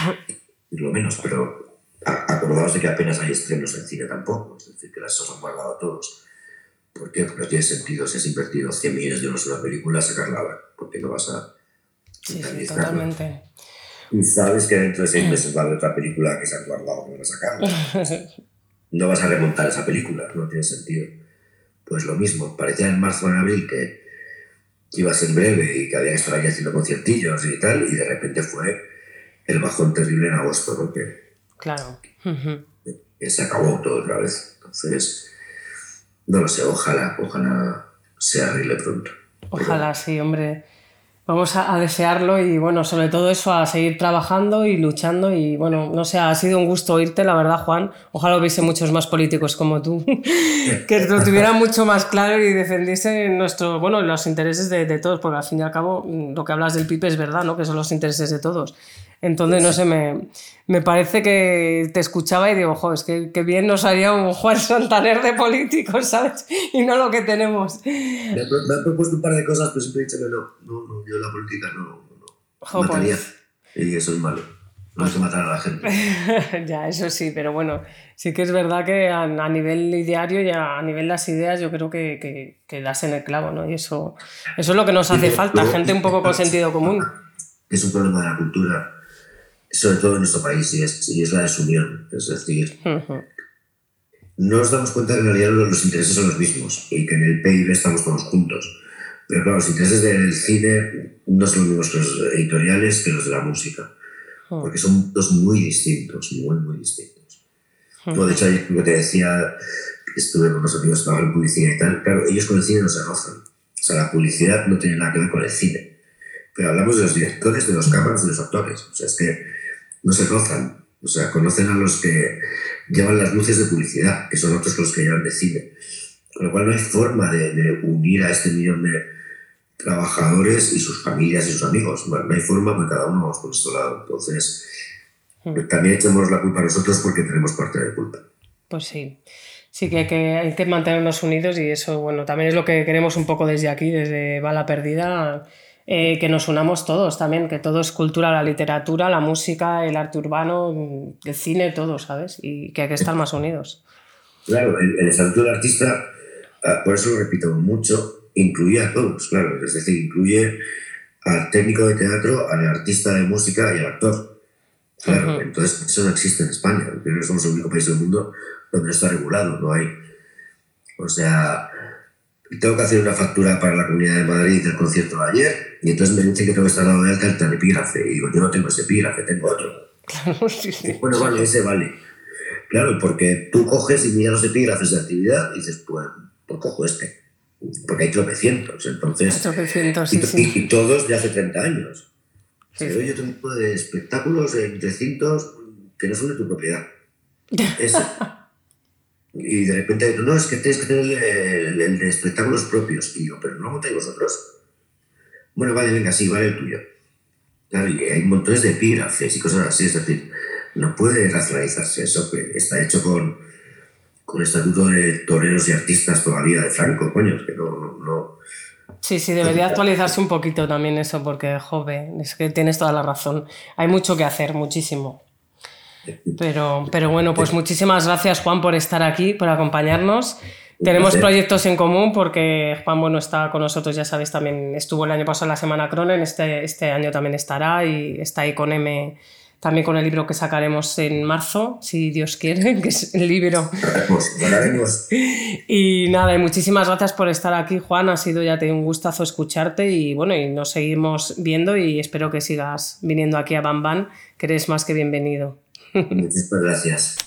es lo menos, pero acordaos de que apenas hay estrenos en cine tampoco, es decir, que las han guardado a todos. ¿Por qué? Porque no tiene sentido, si has invertido cien millones de euros en una película, sacarla ahora, porque no vas a... Sí, sí, totalmente. Y sabes que dentro de seis meses va a haber otra película que se han guardado que van a sacar. No vas a remontar esa película, no tiene sentido. Pues lo mismo, parecía en marzo o en abril que iba a ser breve y que había que estar ahí haciendo conciertillos y tal, y de repente fue el bajón terrible en agosto, ¿no? Que, claro. Uh-huh. que se acabó todo otra vez. Entonces... no lo sé, ojalá, ojalá se arregle pronto. Ojalá, pero... sí, hombre. Vamos a, a desearlo y, bueno, sobre todo eso, a seguir trabajando y luchando y, bueno, no sé, ha sido un gusto oírte, la verdad, Juan. Ojalá hubiese muchos más políticos como tú, que lo tuvieran mucho más claro y defendiesen nuestro, bueno, los intereses de, de todos, porque al fin y al cabo lo que hablas del P I B es verdad, ¿no? Que son los intereses de todos. Entonces, no sé, me, me parece que te escuchaba y digo, jo, es que, que bien nos haría un Juan Santaner de políticos, ¿sabes? Y no lo que tenemos. Me, me han propuesto un par de cosas, pero siempre he dicho que no. No, no, yo la política no, no, no. Jo, mataría. Pues... Y eso es malo. No hay que matar a la gente. Ya, eso sí, pero bueno, sí que es verdad que a, a nivel ideario y a, a nivel de las ideas yo creo que, que, que das en el clavo, ¿no? Y eso, eso es lo que nos hace falta, luego, gente un poco con sentido común. Es un problema de la cultura, sobre todo en nuestro país, y es, y es la desunión. Es decir, uh-huh. no nos damos cuenta que en realidad los intereses son los mismos y que en el P I B estamos todos juntos. Pero claro, los intereses del cine no son los mismos que los editoriales que los de la música, uh-huh. porque son mundos muy distintos, muy, muy distintos. Uh-huh. No, de hecho, ayer que te decía, estuve con unos amigos que trabajan en publicidad y tal, claro, ellos con el cine no se rozan. O sea, la publicidad no tiene nada que ver con el cine. Pero hablamos de los directores, de los cámaras, de los actores. O sea, es que no se rozan. O sea, conocen a los que llevan las luces de publicidad, que son otros que los que llevan de cine. Con lo cual no hay forma de, de unir a este millón de trabajadores y sus familias y sus amigos. Bueno, no hay forma porque cada uno vamos por nuestro lado. Entonces, mm. también echamos la culpa a nosotros porque tenemos parte de culpa. Pues sí. Sí que hay, que hay que mantenernos unidos y eso, bueno, también es lo que queremos un poco desde aquí, desde Bala Perdida. Eh, que nos unamos todos también, que todo es cultura, la literatura, la música, el arte urbano, el cine, todo, ¿sabes? Y que hay que estar más unidos. Claro, el, el estatuto del artista, por eso lo repito mucho, incluye a todos, claro, es decir, incluye al técnico de teatro, al artista de música y al actor. Claro, uh-huh. Entonces eso no existe en España, porque no somos el único país del mundo donde no está regulado, no hay. O sea... tengo que hacer una factura para la Comunidad de Madrid del concierto de ayer y entonces me dicen que tengo que estar dado de alta el epígrafe y digo, yo no tengo ese epígrafe, tengo otro. Claro, sí, sí. Bueno, vale, ese vale. Claro, porque tú coges y miras los epígrafes de actividad y dices, pues, pues cojo este, porque hay tropecientos, entonces... Tropecientos, sí, y, sí. Y, y todos de hace treinta años. Sí, Pero sí. Hay otro tipo de espectáculos en recintos que no son de tu propiedad. Ese. Y de repente, no, es que tienes que tener el, el, el de espectáculos propios. Y digo, pero no lo montáis vosotros. Bueno, vale, venga, sí, vale el tuyo. Claro, y hay montones de epígrafes y cosas así. Es decir, no puede racionalizarse eso, que está hecho con, con estatuto de toreros y artistas todavía de Franco, coño, es que no... no, no. Sí, sí, debería actualizarse un poquito también eso, porque, joven, es que tienes toda la razón. Hay mucho que hacer, muchísimo. Pero, pero bueno, pues muchísimas gracias, Juan, por estar aquí, por acompañarnos. Tenemos proyectos en común porque Juan, bueno, está con nosotros, ya sabéis, también estuvo el año pasado en la Semana Cronen, este, este año también estará y está ahí con M también con el libro que sacaremos en marzo, si Dios quiere, que es el libro. Pues hablaremos. Y nada, y muchísimas gracias por estar aquí, Juan. Ha sido ya te un gustazo escucharte y bueno, y nos seguimos viendo y espero que sigas viniendo aquí a Bam Bam, que eres más que bienvenido. Muchísimas gracias.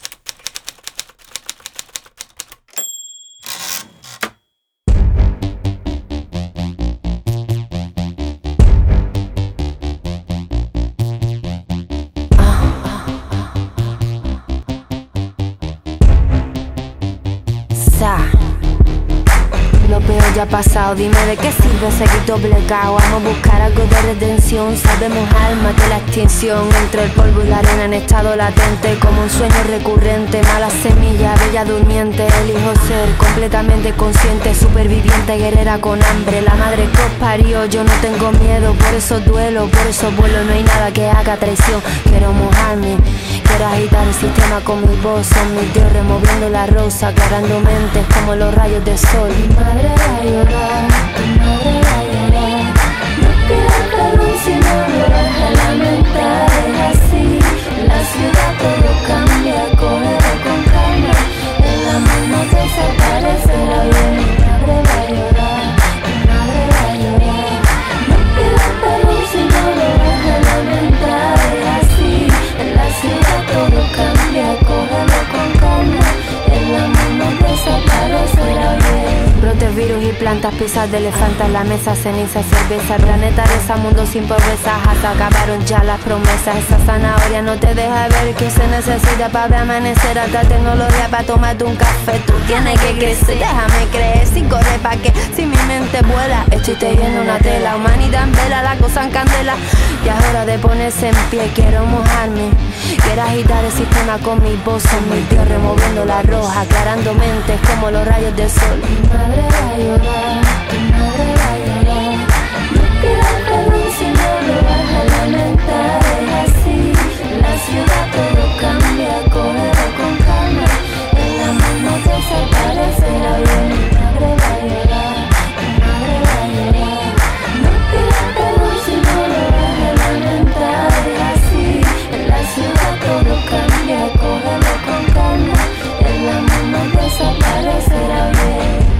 Lo peor ya ha pasado, dime de qué sirve seguir doblegado. Vamos a buscar algo de redención. Sabemos alma que la extinción entre el polvo y la arena en estado latente, como un sueño recurrente. Mala semilla, bella durmiente. Elijo ser completamente consciente, superviviente, guerrera con hambre. La madre que os parió, yo no tengo miedo. Por eso duelo, por eso vuelo. No hay nada que haga traición. Quiero mojarme, quiero agitar el sistema con mi voz. Son mis dios removiendo la rosa, aclarando mentes como los rayos del sol. Mi madre va a llorar, mi madre va a llorar. No pidas perdón si no lo vas a lamentar. Es así, la ciudad todo cambia. Cógelo con calma, el amor no desaparecerá bien. Mi madre va a llorar, mi madre va a llorar. No pidas perdón si no lo vas a lamentar. Es así, en la ciudad todo cambia. Cógelo con calma, el amor no desaparecerá bien. Brotes, virus y plantas, piezas de elefantes, la mesa, ceniza, cerveza. El planeta reza, mundo sin pobreza. Hasta acabaron ya las promesas. Esa zanahoria no te deja ver que se necesita para ver amanecer. Alta tecnología para tomarte un café. Tú tienes que crecer, déjame creer. Sin correr pa' que, si mi mente vuela. Estoy tejiendo una tela, humanidad en vela, la cosa en candela. Ya es hora de ponerse en pie, quiero mojarme. Quiero agitar el sistema con mi voz. Son mis dios removiendo la roja, aclarando mentes como los rayos del sol. Mi madre va a llorar, mi madre va a llorar. No pidas perdón si no lo vas a lamentar. Es así, la ciudad todo cambia. Cógelo con calma, el amor no desaparecerá bien. Mi madre va a llorar, mi madre va a llorar. No pidas perdón si no lo vas a lamentar. Es así, la ciudad todo cambia. Cógelo con calma, el amor no desaparecerá bien.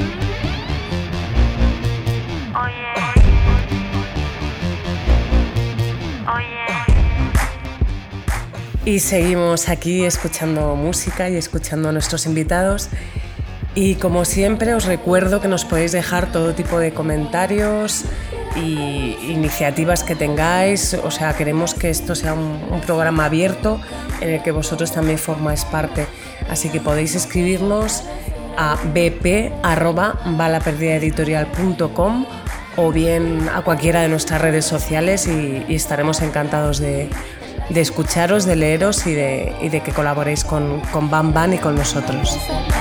Y seguimos aquí escuchando música y escuchando a nuestros invitados. Y como siempre os recuerdo que nos podéis dejar todo tipo de comentarios y iniciativas que tengáis. O sea, queremos que esto sea un, un programa abierto en el que vosotros también formáis parte. Así que podéis escribirnos a b p arroba bala perdida editorial punto com o bien a cualquiera de nuestras redes sociales y, y estaremos encantados de, de escucharos, de leeros y de, y de que colaboréis con, con Bam Bam y con nosotros.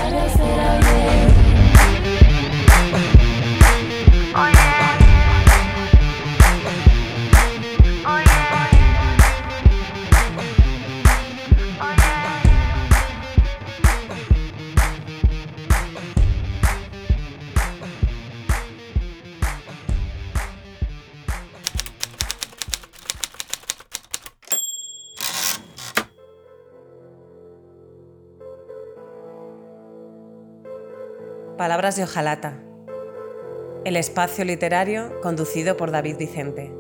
Palabras de hojalata. El espacio literario conducido por David Vicente.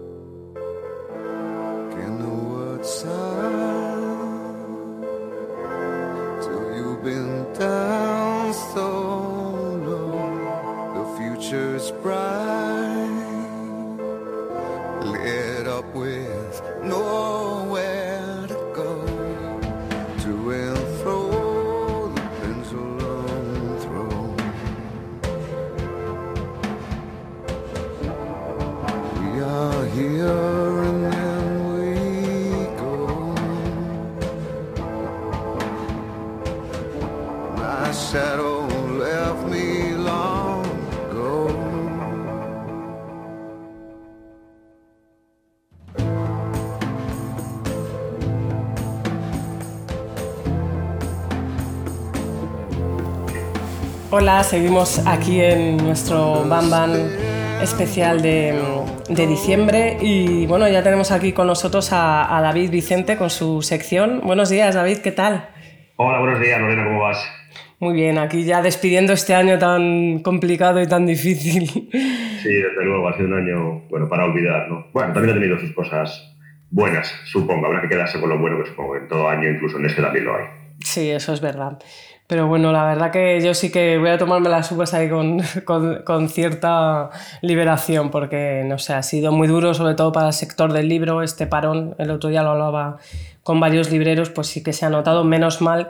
Hola, seguimos aquí en nuestro Bam Bam especial de, de diciembre y bueno, ya tenemos aquí con nosotros a, a David Vicente con su sección. Buenos días, David, ¿qué tal? Hola, buenos días, Lorena, ¿cómo vas? Muy bien, aquí ya despidiendo este año tan complicado y tan difícil. Sí, desde luego, ha sido un año, bueno, para olvidar, ¿no? Bueno, también ha tenido sus cosas buenas, supongo. Habrá que quedarse con lo bueno, que supongo que en todo año, incluso en este también lo hay. Sí, eso es verdad. Pero bueno, la verdad que yo sí que voy a tomarme las uvas ahí con, con, con cierta liberación, porque, no sé, ha sido muy duro, sobre todo para el sector del libro, este parón. El otro día lo hablaba con varios libreros, pues sí que se ha notado, menos mal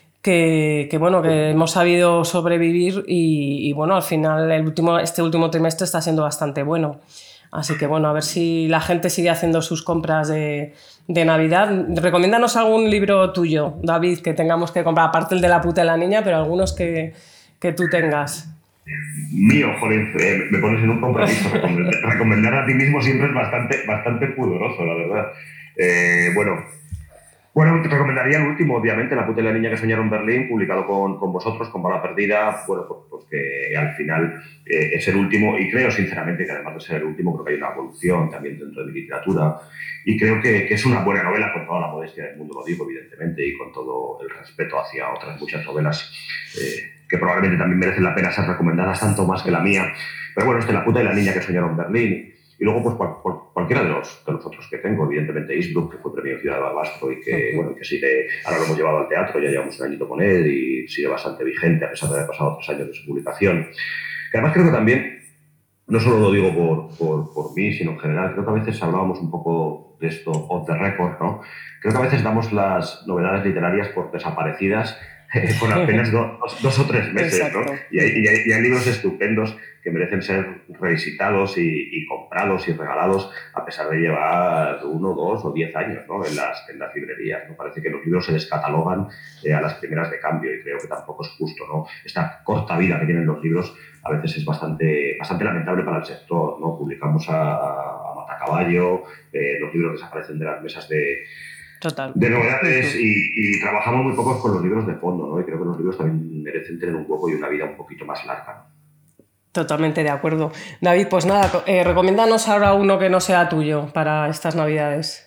que, que bueno, que hemos sabido sobrevivir y, y bueno, al final el último, este último trimestre está siendo bastante bueno. Así que bueno, a ver si la gente sigue haciendo sus compras de, de Navidad. Recomiéndanos algún libro tuyo, David, que tengamos que comprar, aparte el de La puta de la niña, pero algunos que, que tú tengas. Mío, joder, eh, me pones en un compromiso. Recomendar, recomendar a ti mismo siempre es bastante, bastante pudoroso, la verdad. Eh, bueno... Bueno, te recomendaría el último, obviamente, La puta y la niña que soñaron Berlín, publicado con, con vosotros, con Bala Perdida. Bueno, pues, pues que al final eh, es el último, y creo sinceramente que además de ser el último, creo que hay una evolución también dentro de mi literatura, y creo que, que es una buena novela, con toda la modestia del mundo lo digo, evidentemente, y con todo el respeto hacia otras muchas novelas eh, que probablemente también merecen la pena ser recomendadas, tanto más que la mía. Pero bueno, este La puta y la niña que soñaron Berlín. Y luego, pues, cual, cual, cualquiera de los, de los otros que tengo, evidentemente Eastbrook, que fue premio Ciudad de Barbastro y que, bueno, que sigue, ahora lo hemos llevado al teatro, ya llevamos un añito con él y sigue bastante vigente a pesar de haber pasado tres años de su publicación. Que además creo que también, no solo lo digo por, por, por mí, sino en general, creo que a veces hablábamos un poco de esto off the record, ¿no? Creo que a veces damos las novedades literarias por desaparecidas eh, con apenas do, dos, dos o tres meses, exacto, ¿no? Y hay, y, hay, y hay libros estupendos que merecen ser revisitados y, y comprados y regalados a pesar de llevar uno, dos o diez años, ¿no? en, las, en las librerías, ¿no? Parece que los libros se descatalogan eh, a las primeras de cambio y creo que tampoco es justo, ¿no? Esta corta vida que tienen los libros a veces es bastante, bastante lamentable para el sector, ¿no? Publicamos a, a matacaballo, eh, los libros desaparecen de las mesas de... Total. de novedades y, y trabajamos muy poco con los libros de fondo, ¿no? Y creo que los libros también merecen tener un hueco y una vida un poquito más larga, ¿no? Totalmente de acuerdo. David, pues nada, eh, recomiéndanos ahora uno que no sea tuyo para estas Navidades.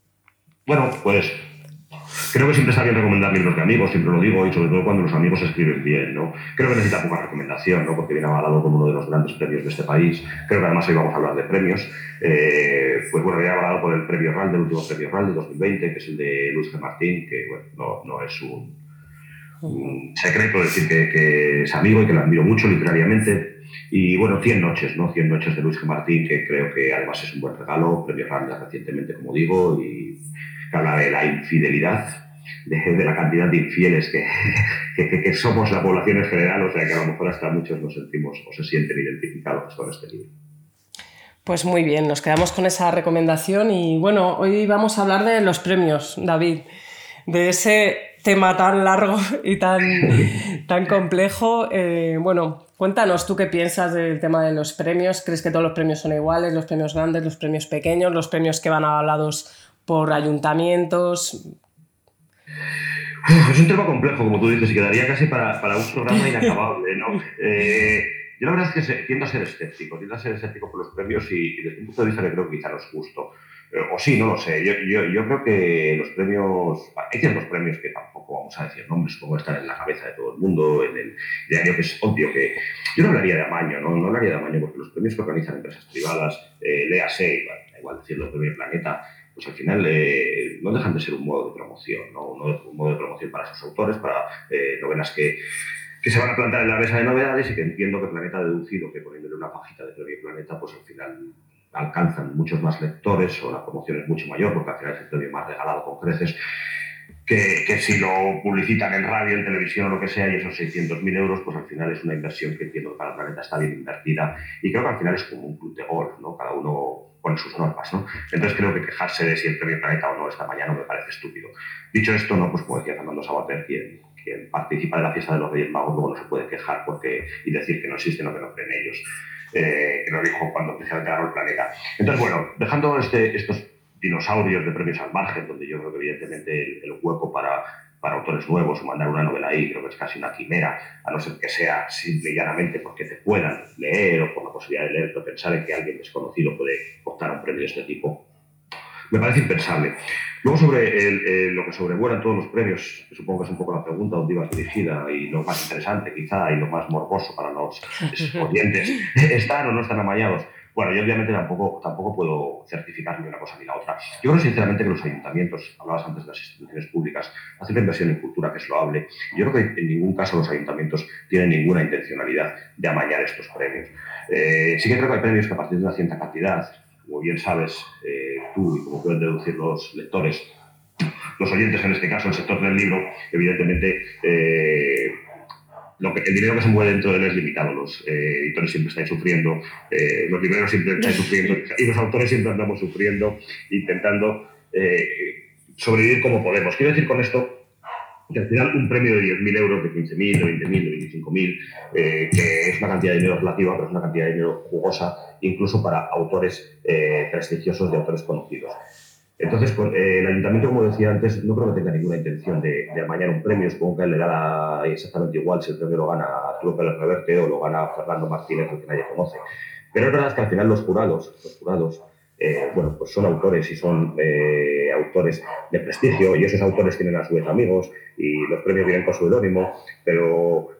Bueno, pues creo que siempre está bien recomendar libros de amigos, siempre lo digo, y sobre todo cuando los amigos escriben bien, ¿no? Creo que necesita poca recomendación, ¿no? Porque viene avalado como uno de los grandes premios de este país. Creo que además hoy vamos a hablar de premios. Eh, pues bueno, viene avalado por el premio R A L, el último premio R A L de dos mil veinte, que es el de Luis G. Martín, que bueno, no, no es un, un secreto decir que, que es amigo y que lo admiro mucho literariamente. Y bueno, cien noches, ¿no? cien noches de Luis G. Martín, que creo que además es un buen regalo, premio R A L recientemente, como digo, y que habla de la infidelidad, de, de la cantidad de infieles que, que, que somos la población en general, o sea que a lo mejor hasta muchos nos sentimos o se sienten identificados con este libro. Pues muy bien, nos quedamos con esa recomendación y bueno, hoy vamos a hablar de los premios, David, de ese tema tan largo y tan, tan complejo. Eh, bueno, cuéntanos tú qué piensas del tema de los premios. ¿Crees que todos los premios son iguales, los premios grandes, los premios pequeños, los premios que van avalados por ayuntamientos? Es un tema complejo, como tú dices, y quedaría casi para, para un programa inacabable, ¿no? Eh, yo la verdad es que se, tiendo a ser escéptico, tiendo a ser escéptico por los premios y, y desde un punto de vista que creo que quizá no es justo. Eh, o sí, no lo sé. Yo, yo, yo creo que los premios... Hay ciertos premios que tampoco vamos a decir nombres, como están en la cabeza de todo el mundo, en el diario, que es obvio que... Yo no hablaría de amaño, ¿no? No hablaría de amaño porque los premios que organizan empresas privadas, eh, léase, igual, igual decirlo, el Premio Planeta, pues al final eh, no dejan de ser un modo de promoción, ¿no? Un modo de promoción para sus autores, para eh, novelas que, que se van a plantar en la mesa de novedades y que entiendo que Planeta ha deducido que poniéndole una pajita de Premio Planeta, pues al final alcanzan muchos más lectores o la promoción es mucho mayor, porque al final es el premio más regalado con creces, que, que si lo publicitan en radio, en televisión o lo que sea, y esos seiscientos mil euros, pues al final es una inversión que entiendo que para Planeta está bien invertida y creo que al final es como un club de golf, ¿no? Cada uno pone sus normas, ¿no? Entonces creo que quejarse de si el premio Planeta o no esta mañana me parece estúpido. Dicho esto, no, pues como decía Fernando Sabater, quien, quien participa de la fiesta de los Reyes Magos luego no se puede quejar porque, y decir que no existen o que no creen ellos, eh, que lo dijo cuando precisamente ganó el Planeta. Entonces, bueno, dejando este, estos dinosaurios de premios al margen, donde yo creo que evidentemente el, el hueco para, para autores nuevos o mandar una novela ahí, creo que es casi una quimera, a no ser que sea simple y llanamente porque te puedan leer o por la posibilidad de leer, pero pensar en que alguien desconocido puede optar a un premio de este tipo, me parece impensable. Luego, sobre el, el, lo que sobrevuelan todos los premios, que supongo que es un poco la pregunta donde ibas dirigida y lo más interesante quizá y lo más morboso para los oyentes, ¿están o no están amañados? Bueno, yo obviamente tampoco, tampoco puedo certificar ni una cosa ni la otra. Yo creo sinceramente que los ayuntamientos, hablabas antes de las instituciones públicas, hacen inversión en cultura, que es loable. Yo creo que en ningún caso los ayuntamientos tienen ninguna intencionalidad de amañar estos premios. Eh, sí que creo que hay premios que a partir de una cierta cantidad, como bien sabes eh, tú y como pueden deducir los lectores, los oyentes en este caso, el sector del libro, evidentemente eh, lo que, el dinero que se mueve dentro de él es limitado. Los eh, editores siempre están sufriendo, eh, los libreros siempre están sufriendo y los autores siempre andamos sufriendo, intentando eh, sobrevivir como podemos. Quiero decir con esto que al final un premio de diez mil euros, de quince mil, de veinte mil, de veinticinco mil, eh, que es una cantidad de dinero relativa, pero es una cantidad de dinero jugosa, incluso para autores eh, prestigiosos, de autores conocidos. Entonces, con, eh, el ayuntamiento, como decía antes, no creo que tenga ninguna intención de, de amañar un premio. Supongo que le dará exactamente igual si el premio lo gana Arturo Pérez Reverte o lo gana Fernando Martínez, al que nadie conoce. Pero es verdad que al final los jurados, los jurados eh, bueno, pues son autores y son eh, autores de prestigio, y esos autores tienen a su vez amigos y los premios vienen con seudónimo, pero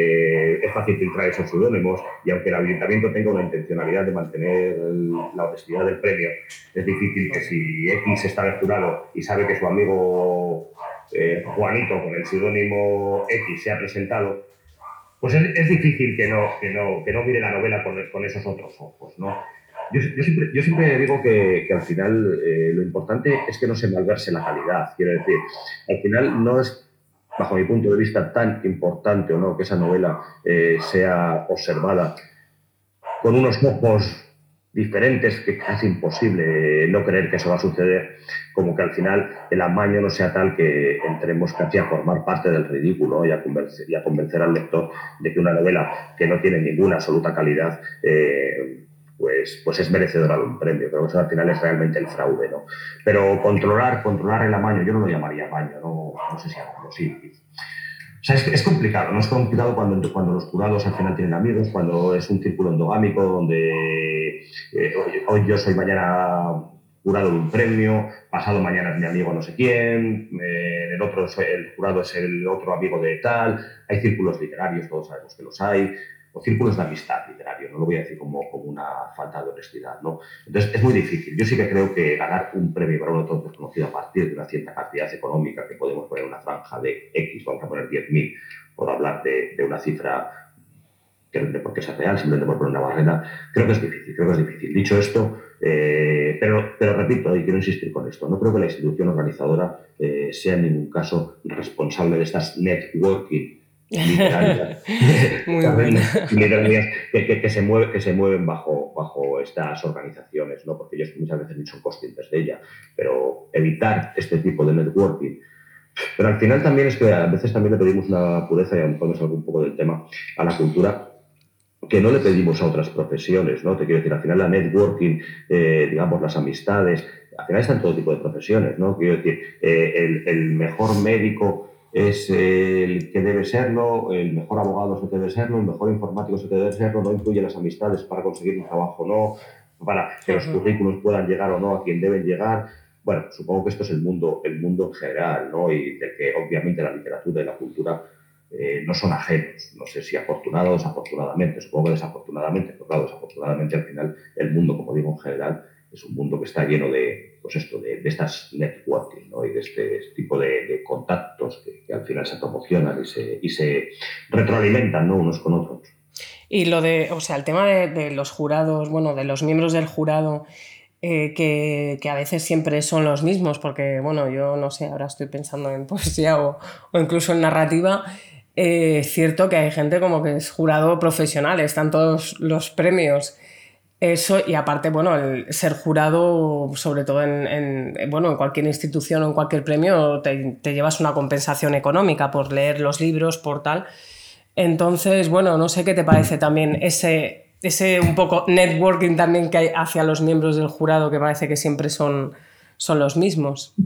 eh, es fácil filtrar esos seudónimos, y aunque el ayuntamiento tenga una intencionalidad de mantener el, la honestidad del premio, es difícil que si X está de jurado y sabe que su amigo eh, Juanito con el seudónimo X se ha presentado, pues es, es difícil que no, que, no, que no mire la novela con, con esos otros ojos, ¿no? Yo, yo, siempre, yo siempre digo que, que al final eh, lo importante es que no se malverse la calidad. Quiero decir, al final no es, bajo mi punto de vista, tan importante o no que esa novela eh, sea observada con unos ojos diferentes, que es casi imposible no creer que eso va a suceder, como que al final el amaño no sea tal que entremos casi a formar parte del ridículo y a convencer, y a convencer al lector de que una novela que no tiene ninguna absoluta calidad eh, Pues, pues es merecedora de un premio. Creo que eso al final es realmente el fraude, ¿no? Pero controlar, controlar el amaño, yo no lo llamaría amaño, no, no sé si hacerlo, sí. O sea, es, es complicado, ¿no? Es complicado cuando, cuando los jurados al final tienen amigos, cuando es un círculo endogámico donde eh, hoy, hoy yo soy mañana jurado de un premio, pasado mañana es mi amigo no sé quién, eh, el otro el jurado es el otro amigo de tal, hay círculos literarios, todos sabemos que los hay, o círculos de amistad literario, no lo voy a decir como, como una falta de honestidad, ¿no? Entonces es muy difícil. Yo sí que creo que ganar un premio para un autor desconocido a partir de una cierta cantidad económica, que podemos poner una franja de X, vamos a poner diez mil, por hablar de, de una cifra que no porque sea real, simplemente por poner una barrera, creo que es difícil, creo que es difícil. Dicho esto, eh, pero, pero repito, y quiero insistir con esto, no creo que la institución organizadora eh, sea en ningún caso responsable de estas networking literarias, Muy buena. literarias que, que, que, se mueve, que se mueven bajo, bajo estas organizaciones, ¿no? Porque ellos muchas veces ni son conscientes de ella, pero evitar este tipo de networking. Pero al final también es que a veces también le pedimos una pureza, y a lo mejor me salgo un poco del tema, a la cultura, que no le pedimos a otras profesiones, ¿no? Te quiero decir, al final la networking, eh, digamos, las amistades, al final están todo tipo de profesiones, ¿no? Quiero decir, eh, el, el mejor médico es el que debe serlo, el mejor abogado se debe serlo, el mejor informático se debe serlo, no incluye las amistades para conseguir un trabajo o no, para que los currículos puedan llegar o no a quien deben llegar. Bueno, supongo que esto es el mundo, el mundo en general, ¿no? Y de que obviamente la literatura y la cultura eh, no son ajenos. No sé si afortunado o desafortunadamente, supongo que desafortunadamente, pero claro, desafortunadamente al final el mundo, como digo, en general, es un mundo que está lleno de, pues esto, de, de estas networking, ¿no? Y de este tipo de, de contactos que, que al final se promocionan y se, y se retroalimentan, ¿no? Unos con otros. Y lo de, o sea, el tema de, de los jurados, bueno, de los miembros del jurado, eh, que, que a veces siempre son los mismos, porque, bueno, yo no sé, ahora estoy pensando en poesía o, o incluso en narrativa. Eh, es cierto que hay gente como que es jurado profesional, están todos los premios. Eso, y aparte, bueno, el ser jurado, sobre todo en, en, bueno, en cualquier institución o en cualquier premio, te, te llevas una compensación económica por leer los libros, por tal. Entonces, bueno, no sé qué te parece también ese, ese un poco networking también que hay hacia los miembros del jurado, que parece que siempre son, son los mismos.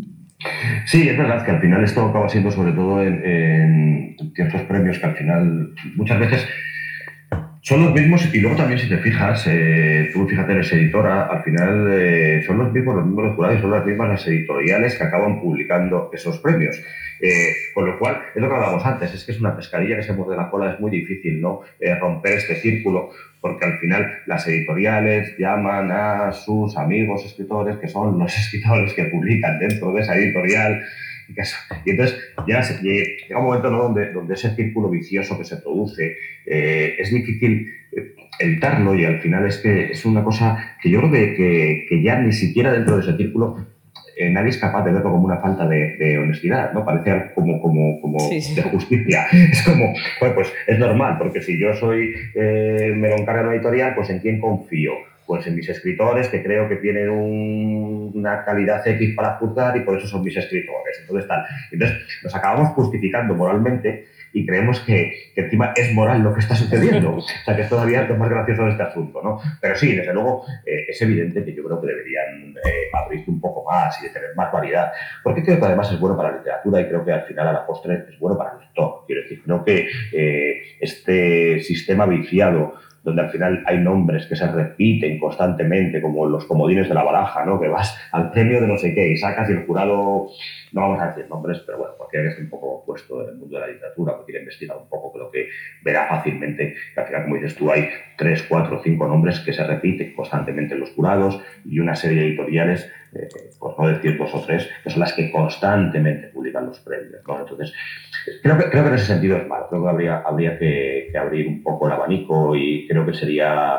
Sí, es verdad que al final esto acaba siendo sobre todo en, en ciertos premios que al final muchas veces son los mismos, y luego también si te fijas, eh, tú fíjate, eres editora, al final eh, son los mismos los mismos los jurados, son las mismas las editoriales que acaban publicando esos premios. Eh, con lo cual, es lo que hablábamos antes, es que es una pescadilla que se muerde la cola, es muy difícil, ¿no? Eh, romper este círculo, porque al final las editoriales llaman a sus amigos escritores, que son los escritores que publican dentro de esa editorial, y, que, y entonces ya se, llega un momento, ¿no?, donde, donde ese círculo vicioso que se produce eh, es difícil eh, evitarlo, y al final es que es una cosa que yo creo que, que, que ya ni siquiera dentro de ese círculo eh, nadie es capaz de verlo como una falta de, de honestidad, ¿no? Parece algo como, como, como sí, sí. de justicia. Es como, bueno, pues es normal, porque si yo soy, eh, me lo encarga una editorial, pues ¿en quién confío? Pues en mis escritores, que creo que tienen un, una calidad X para juzgar y por eso son mis escritores. Entonces, tal. Entonces nos acabamos justificando moralmente y creemos que, que encima es moral lo que está sucediendo. O sea, que es todavía lo más gracioso de este asunto, ¿no? Pero sí, desde luego, eh, es evidente que yo creo que deberían eh, abrirse un poco más y de tener más variedad. Porque creo que además es bueno para la literatura y creo que al final, a la postre, es bueno para el lector. Quiero decir, creo que eh, este sistema viciado, donde al final hay nombres que se repiten constantemente, como los comodines de la baraja, ¿no? Que vas al premio de no sé qué y sacas y el jurado, no vamos a decir nombres, pero bueno, cualquiera que esté un poco puesto en el mundo de la literatura, que quiera investigar un poco, creo que verá fácilmente que al final, como dices tú, hay tres, cuatro, cinco nombres que se repiten constantemente en los jurados y una serie de editoriales, eh, por no decir dos o tres, que son las que constantemente publican los premios, ¿no? Entonces, creo que, creo que en ese sentido es malo. Creo que habría, habría que, que abrir un poco el abanico y creo que sería...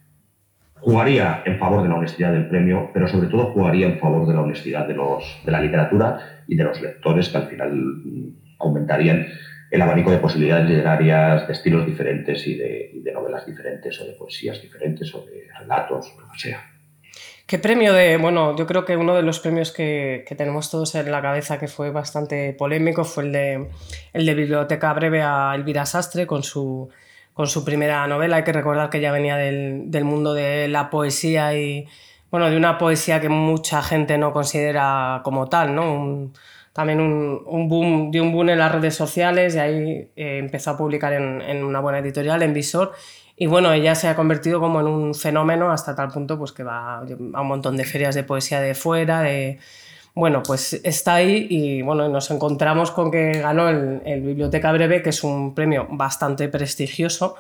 Jugaría en favor de la honestidad del premio, pero sobre todo jugaría en favor de la honestidad de, los, de la literatura y de los lectores, que al final aumentarían el abanico de posibilidades literarias, de estilos diferentes y de, y de novelas diferentes o de poesías diferentes o de relatos, lo que sea. ¿Qué premio de...? Bueno, yo creo que uno de los premios que, que tenemos todos en la cabeza que fue bastante polémico fue el de, el de Biblioteca Breve a Elvira Sastre con su, con su primera novela. Hay que recordar que ella venía del, del mundo de la poesía y, bueno, de una poesía que mucha gente no considera como tal, ¿no? Un, también un, un boom, dio un boom en las redes sociales y ahí eh, empezó a publicar en, en una buena editorial, en Visor. Y bueno, ella se ha convertido como en un fenómeno hasta tal punto pues, que va a un montón de ferias de poesía de fuera, de... Bueno, pues está ahí y bueno, nos encontramos con que ganó el, el Biblioteca Breve, que es un premio bastante prestigioso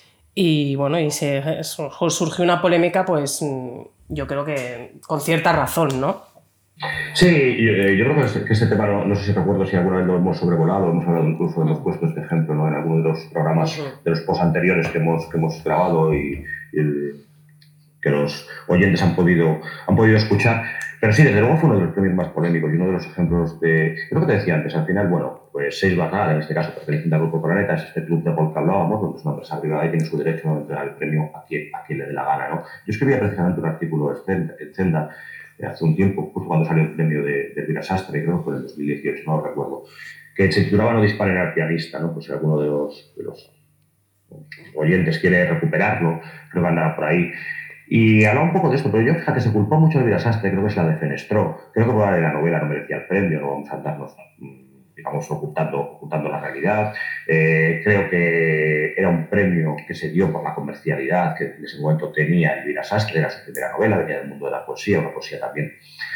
y bueno, y se, surgió una polémica, pues yo creo que con cierta razón, ¿no? Sí, yo, yo creo que este, que este tema, no, no sé si recuerdo si alguna vez lo hemos sobrevolado, hemos hablado incluso, hemos puesto este ejemplo, ¿no?, en alguno de los programas, uh-huh. de los post anteriores que hemos, que hemos grabado y, y el, que los oyentes han podido, han podido escuchar. Pero sí, desde luego fue uno de los premios más polémicos y uno de los ejemplos de... Creo que te decía antes, al final, bueno, pues Seix Barral, en este caso perteneciente al Grupo Planeta, es este club de golf que hablábamos, donde es una empresa privada y tiene su derecho a entregar el premio a quien, a quien le dé la gana, ¿no? Yo escribía precisamente un artículo en Zenda hace un tiempo, justo cuando salió el premio de, de Elvira Sastre, creo que fue en el dos mil dieciocho, no lo recuerdo, que se titulaba No disparen al pianista, ¿no? Pues si alguno de los, de los oyentes quiere recuperarlo, creo que andará por ahí. Y hablaba un poco de esto, pero yo, fíjate, se culpó mucho de Elvira Sastre, creo que es la defenestró, creo que por la de la novela no merecía el premio, no vamos a andarnos, digamos, ocultando, ocultando la realidad. Eh, creo que era un premio que se dio por la comercialidad que en ese momento tenía Elvira Sastre, era su primera novela, venía del mundo de la poesía, una poesía también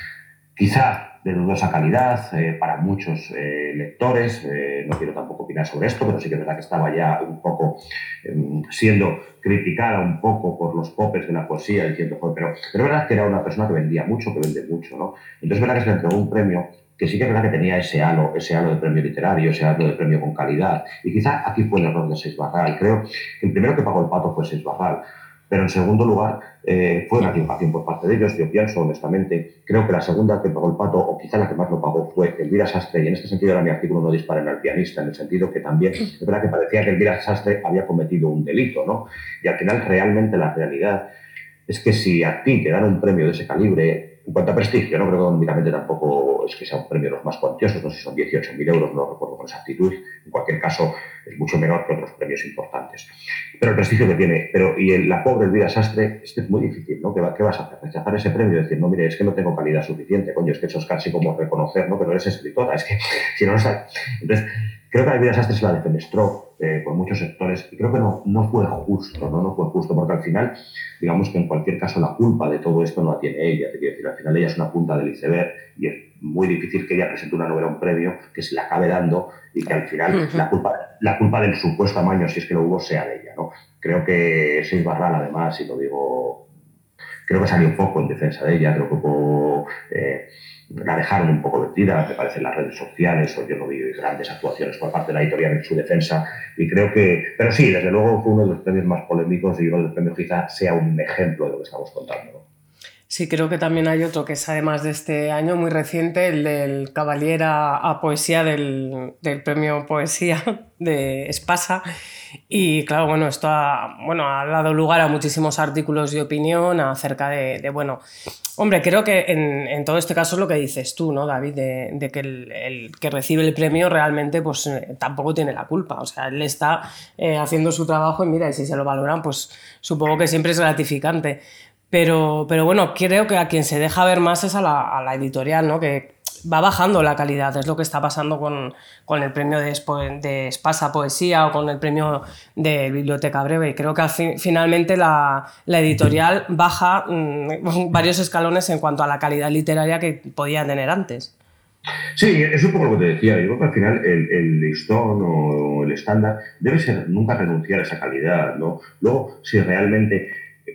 quizá de dudosa calidad eh, para muchos eh, lectores. Eh, no quiero tampoco opinar sobre esto, pero sí que es verdad que estaba ya un poco eh, siendo criticada un poco por los popes de la poesía, diciendo, pero, pero es verdad que era una persona que vendía mucho, que vende mucho, ¿no? Entonces es verdad que se le entregó un premio que sí que es verdad que tenía ese halo, ese halo de premio literario, ese halo de premio con calidad. Y quizá aquí fue el error de Seix Barral. Creo que el primero que pagó el pato fue Seix Barral. Pero en segundo lugar, eh, fue una equivocación por parte de ellos. Yo pienso, honestamente, creo que la segunda que pagó el pato, o quizá la que más lo pagó, fue Elvira Sastre. Y en este sentido era mi artículo No disparen al pianista, en el sentido que también es verdad que parecía que Elvira Sastre había cometido un delito, ¿no? Y al final, realmente, la realidad es que si a ti te dan un premio de ese calibre, en cuanto a prestigio, no creo que económicamente tampoco es que sea un premio de los más cuantiosos, no sé si son dieciocho mil euros, no lo recuerdo con exactitud. En cualquier caso es mucho menor que otros premios importantes. Pero el prestigio que tiene, pero y el, la pobre Elvira Sastre, es que es muy difícil, ¿no? ¿Qué, va, ¿Qué vas a hacer? ¿Rechazar ese premio? Decir, no, mire, es que no tengo calidad suficiente, coño, es que eso es casi como reconocer, ¿no? Que no eres escritora, es que si no, no sabes. Entonces, creo que a Elvira Sastre se la defenestró eh, por muchos sectores y creo que no, no fue justo, ¿no? No fue justo, porque al final, digamos que en cualquier caso la culpa de todo esto no la tiene ella, te quiero decir, al final ella es una punta del iceberg y es muy difícil que ella presente una novela a un premio que se la acabe dando y que al final uh-huh. la, culpa, la culpa del supuesto amaño, si es que lo hubo, sea de ella, ¿no? Creo que Seis Barral, además, y lo digo, creo que salió un poco en defensa de ella, creo que hubo, eh, la dejaron un poco vendida, me parece, en las redes sociales, o yo no vi grandes actuaciones por parte de la editorial en su defensa, y creo que, pero sí, desde luego fue uno de los premios más polémicos y uno de los premios quizá sea un ejemplo de lo que estamos contando, ¿no? Sí, creo que también hay otro que es además de este año muy reciente, el del Cavalier a, a Poesía del, del premio Poesía de Espasa. Y claro, bueno, esto ha, bueno, ha dado lugar a muchísimos artículos de opinión acerca de, de bueno, hombre, creo que en, en todo este caso es lo que dices tú, ¿no, David? De, de que el, el que recibe el premio realmente pues eh, tampoco tiene la culpa, o sea, él está eh, haciendo su trabajo y mira, y si se lo valoran, pues supongo que siempre es gratificante. Pero, pero bueno, creo que a quien se deja ver más es a la, a la editorial, ¿no? Que va bajando la calidad, es lo que está pasando con, con el premio de, de Espasa Poesía o con el premio de Biblioteca Breve. Y creo que al fin, finalmente la, la editorial baja mmm, varios escalones en cuanto a la calidad literaria que podía tener antes. Sí, es un poco lo que te decía. Yo creo que al final el, el listón o el estándar debe ser nunca renunciar a esa calidad, ¿no? Luego, si realmente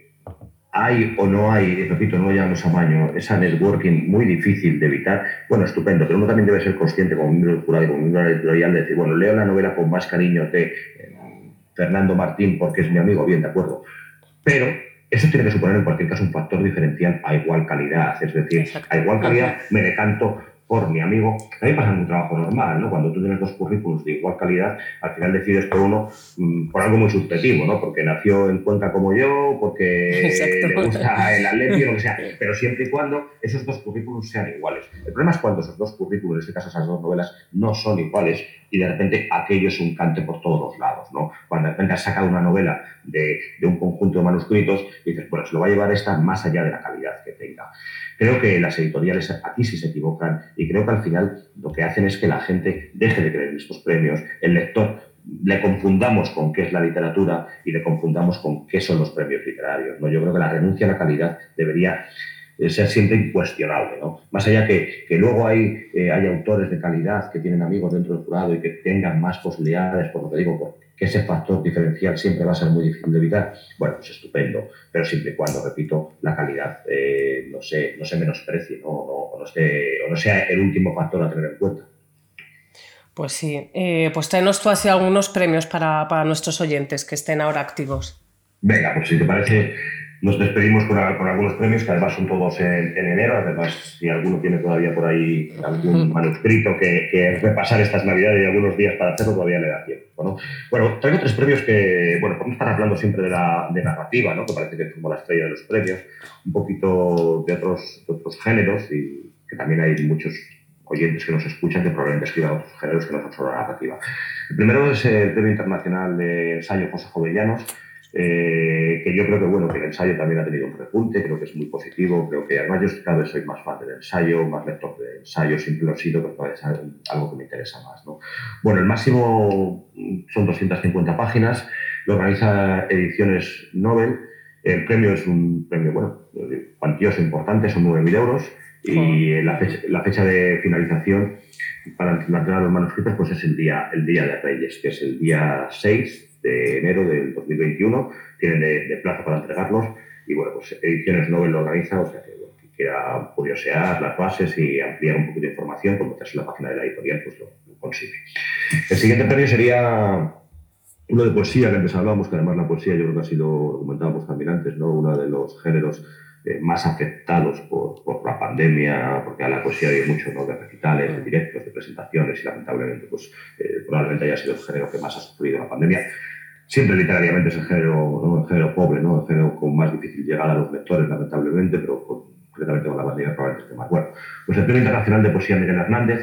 hay o no hay, repito, no llamamos amaño, esa networking muy difícil de evitar, bueno, estupendo, pero uno también debe ser consciente como miembro del jurado y como miembro de la editorial de decir, bueno, leo la novela con más cariño de eh, Fernando Martín porque es mi amigo, bien, de acuerdo, pero eso tiene que suponer en cualquier caso un factor diferencial a igual calidad, es decir, a igual calidad me decanto por mi amigo. A mí pasa en un trabajo normal, ¿no? Cuando tú tienes dos currículums de igual calidad, al final decides por uno mmm, por algo muy subjetivo, ¿no? Porque nació en Cuenca como yo, porque Exacto. le gusta el Atleti o lo que sea, pero siempre y cuando esos dos currículums sean iguales. El problema es cuando esos dos currículums, en este caso esas dos novelas, no son iguales y de repente aquello es un cante por todos los lados, ¿no? Cuando de repente has sacado una novela de, de un conjunto de manuscritos y dices, bueno, se lo va a llevar esta más allá de la calidad que tenga. Creo que las editoriales aquí sí se equivocan y creo que al final lo que hacen es que la gente deje de creer en estos premios, el lector le confundamos con qué es la literatura y le confundamos con qué son los premios literarios, ¿no? Yo creo que la renuncia a la calidad debería ser siempre incuestionable, ¿no? Más allá que, que luego hay, eh, hay autores de calidad que tienen amigos dentro del jurado y que tengan más posibilidades, por lo que digo, porque ese factor diferencial siempre va a ser muy difícil de evitar, bueno, pues estupendo, pero siempre y cuando, repito, la calidad eh, no, se, no se menosprecie, ¿no? O, no esté, o no sea el último factor a tener en cuenta. Pues sí, eh, pues tráenos tú así algunos premios para, para nuestros oyentes que estén ahora activos. Venga, pues si te parece, nos despedimos con, con algunos premios que además son todos en, en enero. Además, si alguno tiene todavía por ahí algún manuscrito que, que repasar estas navidades y algunos días para hacerlo, todavía le da tiempo, ¿no? Bueno, traigo tres premios que, bueno, podemos estar hablando siempre de la de narrativa, ¿no? Que parece que es como la estrella de los premios, un poquito de otros, de otros géneros y que también hay muchos oyentes que nos escuchan que probablemente escriban otros géneros que no son solo la narrativa. El primero es el Premio Internacional de Ensayo José Jovellanos, Eh, que yo creo que bueno que el ensayo también ha tenido un repunte, creo que es muy positivo, creo que además yo cada vez soy más fan del ensayo, más lector del ensayo, siempre lo he sido, pero es algo que me interesa más, ¿no? Bueno, el máximo son doscientas cincuenta páginas, lo organiza Ediciones Nobel, el premio es un premio, bueno, cuantioso, importante, son nueve mil euros y la fecha, la fecha de finalización para entregar los manuscritos pues es el día, el día de Reyes, que es el día seis de enero del dos mil veintiuno, tienen de, de plazo para entregarlos y bueno, pues Ediciones Nobel lo organiza, o sea que bueno, quien quiera curiosear las bases y ampliar un poquito de información, por meterse en la página de la editorial, pues lo, lo consigue. El siguiente premio sería uno de poesía, que antes hablábamos, que además la poesía yo creo que ha sido, lo comentábamos también antes, ¿no? Uno de los géneros eh, más afectados por, por la pandemia, porque a la poesía hay mucho, ¿no? De recitales, de directos, de presentaciones y lamentablemente pues eh, probablemente haya sido el género que más ha sufrido la pandemia. Siempre literariamente es el género, ¿no? El género pobre, ¿no? El género con más difícil llegada a los lectores, lamentablemente, pero concretamente con la pandemia probablemente esté más. Bueno, pues el Premio Internacional de Poesía Miguel Hernández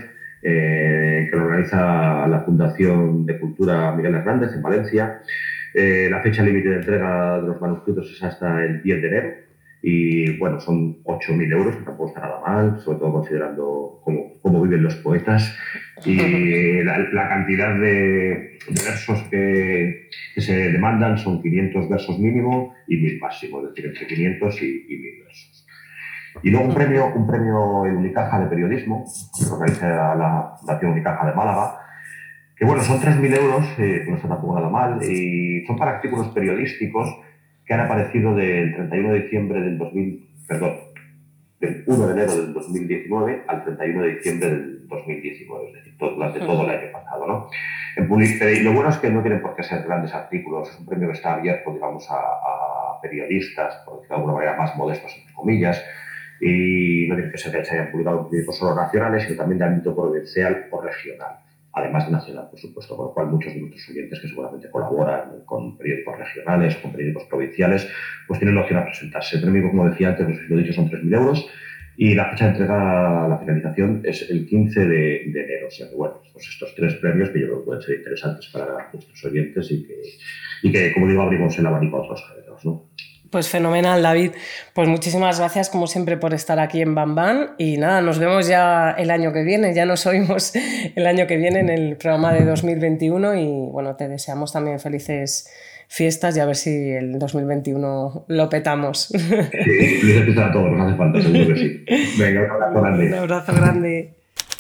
eh, que lo organiza la Fundación de Cultura Miguel Hernández en Valencia. Eh, la fecha límite de entrega de los manuscritos es hasta el diez de enero y bueno, son ocho mil euros, que tampoco está nada mal, sobre todo considerando cómo, cómo viven los poetas y la, la cantidad de, de versos que, que se demandan son quinientos versos mínimo y mil máximo, es decir, entre quinientos y, y mil versos. Y luego un premio, un premio el Unicaja de Periodismo, que organiza la Fundación Unicaja de Málaga, que bueno, son tres mil euros, eh, que no está tampoco nada mal, y son para artículos periodísticos que han aparecido del treinta y uno de diciembre del dos mil, perdón, del uno de enero del dos mil diecinueve al treinta y uno de diciembre del dos mil diecinueve, es decir, todo, durante todo el año pasado, ¿no? En publicidad, y lo bueno es que no tienen por qué ser grandes artículos, es un premio que está abierto, digamos, a, a periodistas, por decirlo de alguna manera, más modestos, entre comillas, y no tiene que ser que se hayan publicado en periódicos solo nacionales, sino también de ámbito provincial o regional, además de nacional, por supuesto, con lo cual muchos de nuestros oyentes que seguramente colaboran con periódicos regionales, con periódicos provinciales, pues tienen la opción a presentarse. El premio, como decía antes, no sé si lo he dicho, son tres mil euros y la fecha de entrega, la finalización, es el quince de enero. O sea que, bueno, pues estos tres premios que yo creo que pueden ser interesantes para nuestros oyentes y que, y que como digo, abrimos el abanico a otros géneros, ¿no? Pues fenomenal, David. Pues muchísimas gracias, como siempre, por estar aquí en Bam Bam. Y nada, nos vemos ya el año que viene. Ya nos oímos el año que viene en el programa de dos mil veintiuno. Y bueno, te deseamos también felices fiestas y a ver si el dos mil veintiuno lo petamos. Sí, felices fiestas a todos, no hace falta, seguro que sí. Venga, un abrazo grande. Un abrazo grande.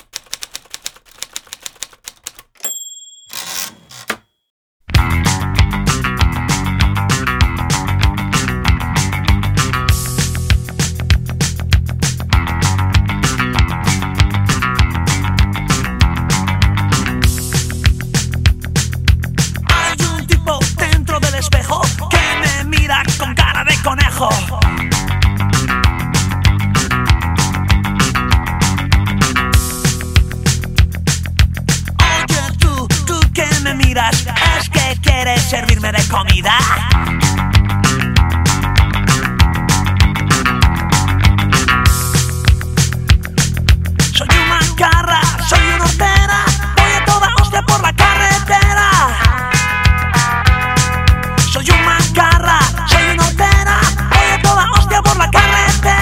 Servirme de comida. Soy un mancarra, soy una hortera, voy a toda hostia por la carretera. Soy un mancarra, soy una hortera, voy a toda hostia por la carretera.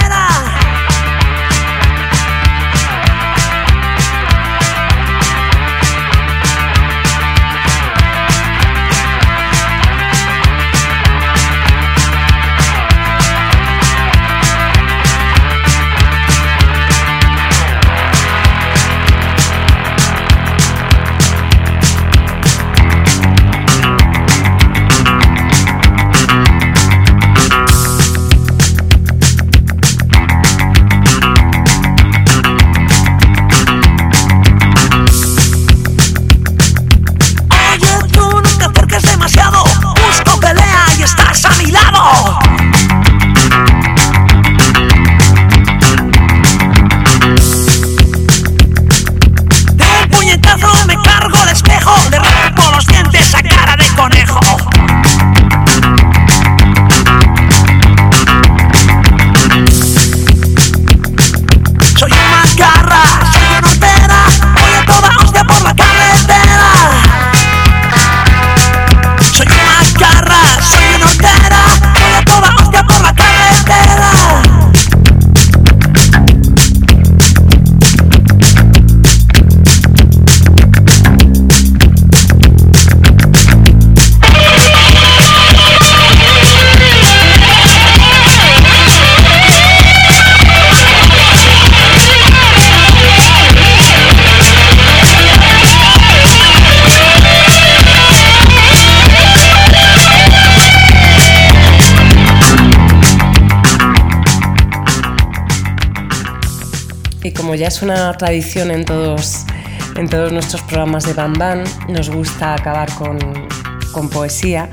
como ya es una tradición en todos, en todos nuestros programas de Bam Bam, nos gusta acabar con, con poesía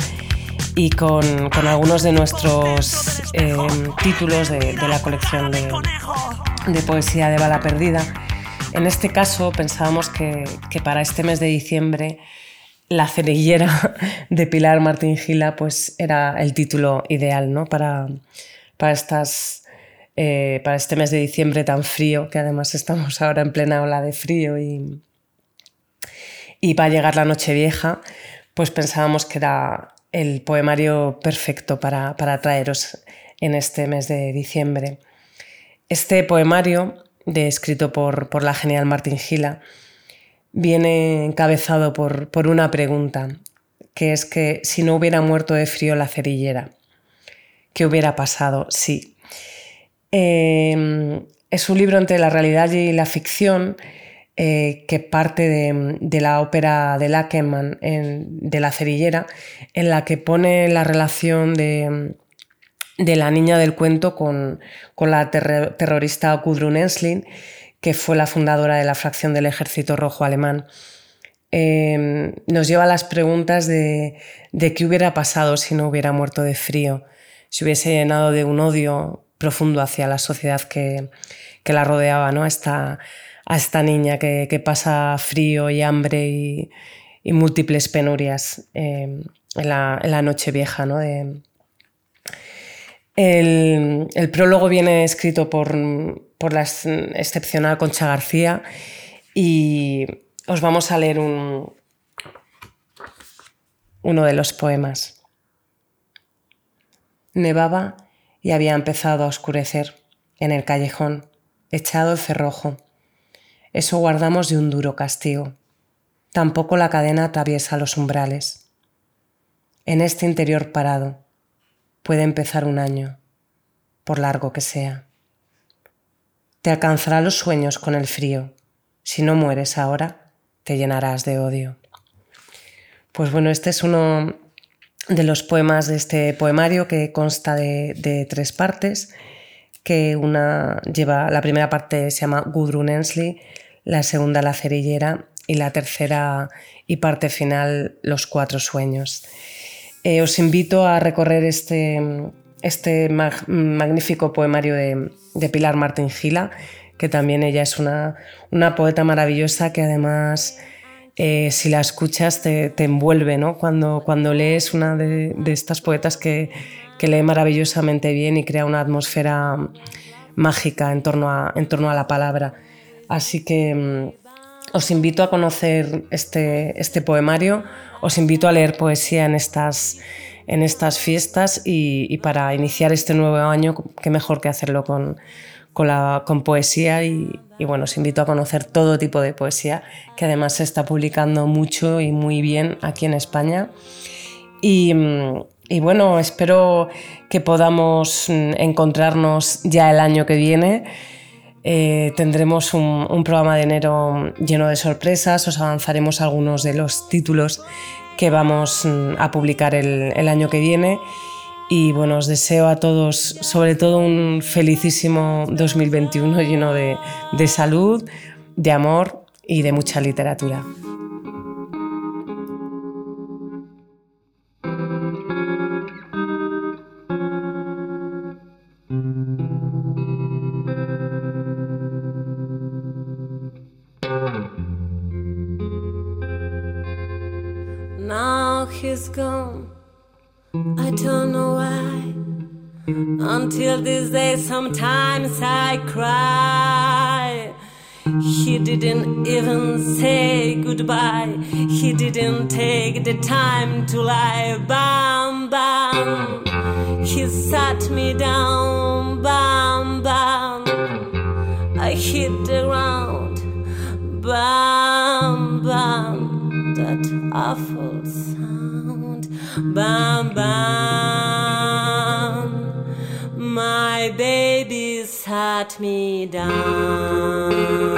y con, con algunos de nuestros eh, títulos de, de la colección de, de poesía de Bala Perdida. En este caso pensábamos que, que para este mes de diciembre La cerillera de Pilar Martín Gila pues era el título ideal, ¿no? para, para estas eh, para este mes de diciembre tan frío, que además estamos ahora en plena ola de frío y, y va a llegar la Nochevieja, pues pensábamos que era el poemario perfecto para, para traeros en este mes de diciembre. Este poemario, de, escrito por, por la genial Martin Gila, viene encabezado por, por una pregunta, que es que si no hubiera muerto de frío la cerillera, ¿qué hubiera pasado? Sí. Eh, es un libro entre la realidad y la ficción eh, que parte de, de la ópera de Lakenman, en, de La cerillera, en la que pone la relación de, de la niña del cuento con, con la ter terrorista Gudrun Ensslin, que fue la fundadora de la fracción del Ejército Rojo Alemán. Eh, nos lleva a las preguntas de, de qué hubiera pasado si no hubiera muerto de frío, si hubiese llenado de un odio profundo hacia la sociedad que, que la rodeaba, ¿no? a, esta, a esta niña que, que pasa frío y hambre y, y múltiples penurias eh, en, la, en la Nochevieja, ¿no? De, el, el prólogo viene escrito por, por la excepcional Concha García y os vamos a leer un, uno de los poemas. Nevaba y había empezado a oscurecer en el callejón, echado el cerrojo. Eso guardamos de un duro castigo. Tampoco la cadena atraviesa los umbrales. En este interior parado puede empezar un año, por largo que sea. Te alcanzará los sueños con el frío. Si no mueres ahora, te llenarás de odio. Pues bueno, este es uno de los poemas de este poemario que consta de, de tres partes, que una lleva, la primera parte se llama Gudrun Ensslin, la segunda La cerillera y la tercera y parte final Los cuatro sueños. Eh, os invito a recorrer este, este mag, magnífico poemario de, de Pilar Martín Gila, que también ella es una, una poeta maravillosa que además eh, si la escuchas te, te envuelve, ¿no? Cuando, cuando lees una de, de estas poetas que, que lee maravillosamente bien y crea una atmósfera mágica en torno a, en torno a la palabra. Así que mmm, os invito a conocer este, este poemario, os invito a leer poesía en estas, en estas fiestas y, y para iniciar este nuevo año, qué mejor que hacerlo con, con, la, con poesía y, y bueno, os invito a conocer todo tipo de poesía, que además se está publicando mucho y muy bien aquí en España. Y, y bueno, espero que podamos encontrarnos ya el año que viene. Eh, tendremos un, un programa de enero lleno de sorpresas, os avanzaremos algunos de los títulos que vamos a publicar el, el año que viene y bueno, os deseo a todos sobre todo un felicísimo dos mil veintiuno lleno de, de salud, de amor y de mucha literatura. Now he's gone, I don't know why. Until this day sometimes I cry. He didn't even say goodbye. He didn't take the time to lie. Bam, bam. He sat me down. Bam, bam. I hit the ground. Bam, bam. That awful sound. Bam, bam. My baby sat me down.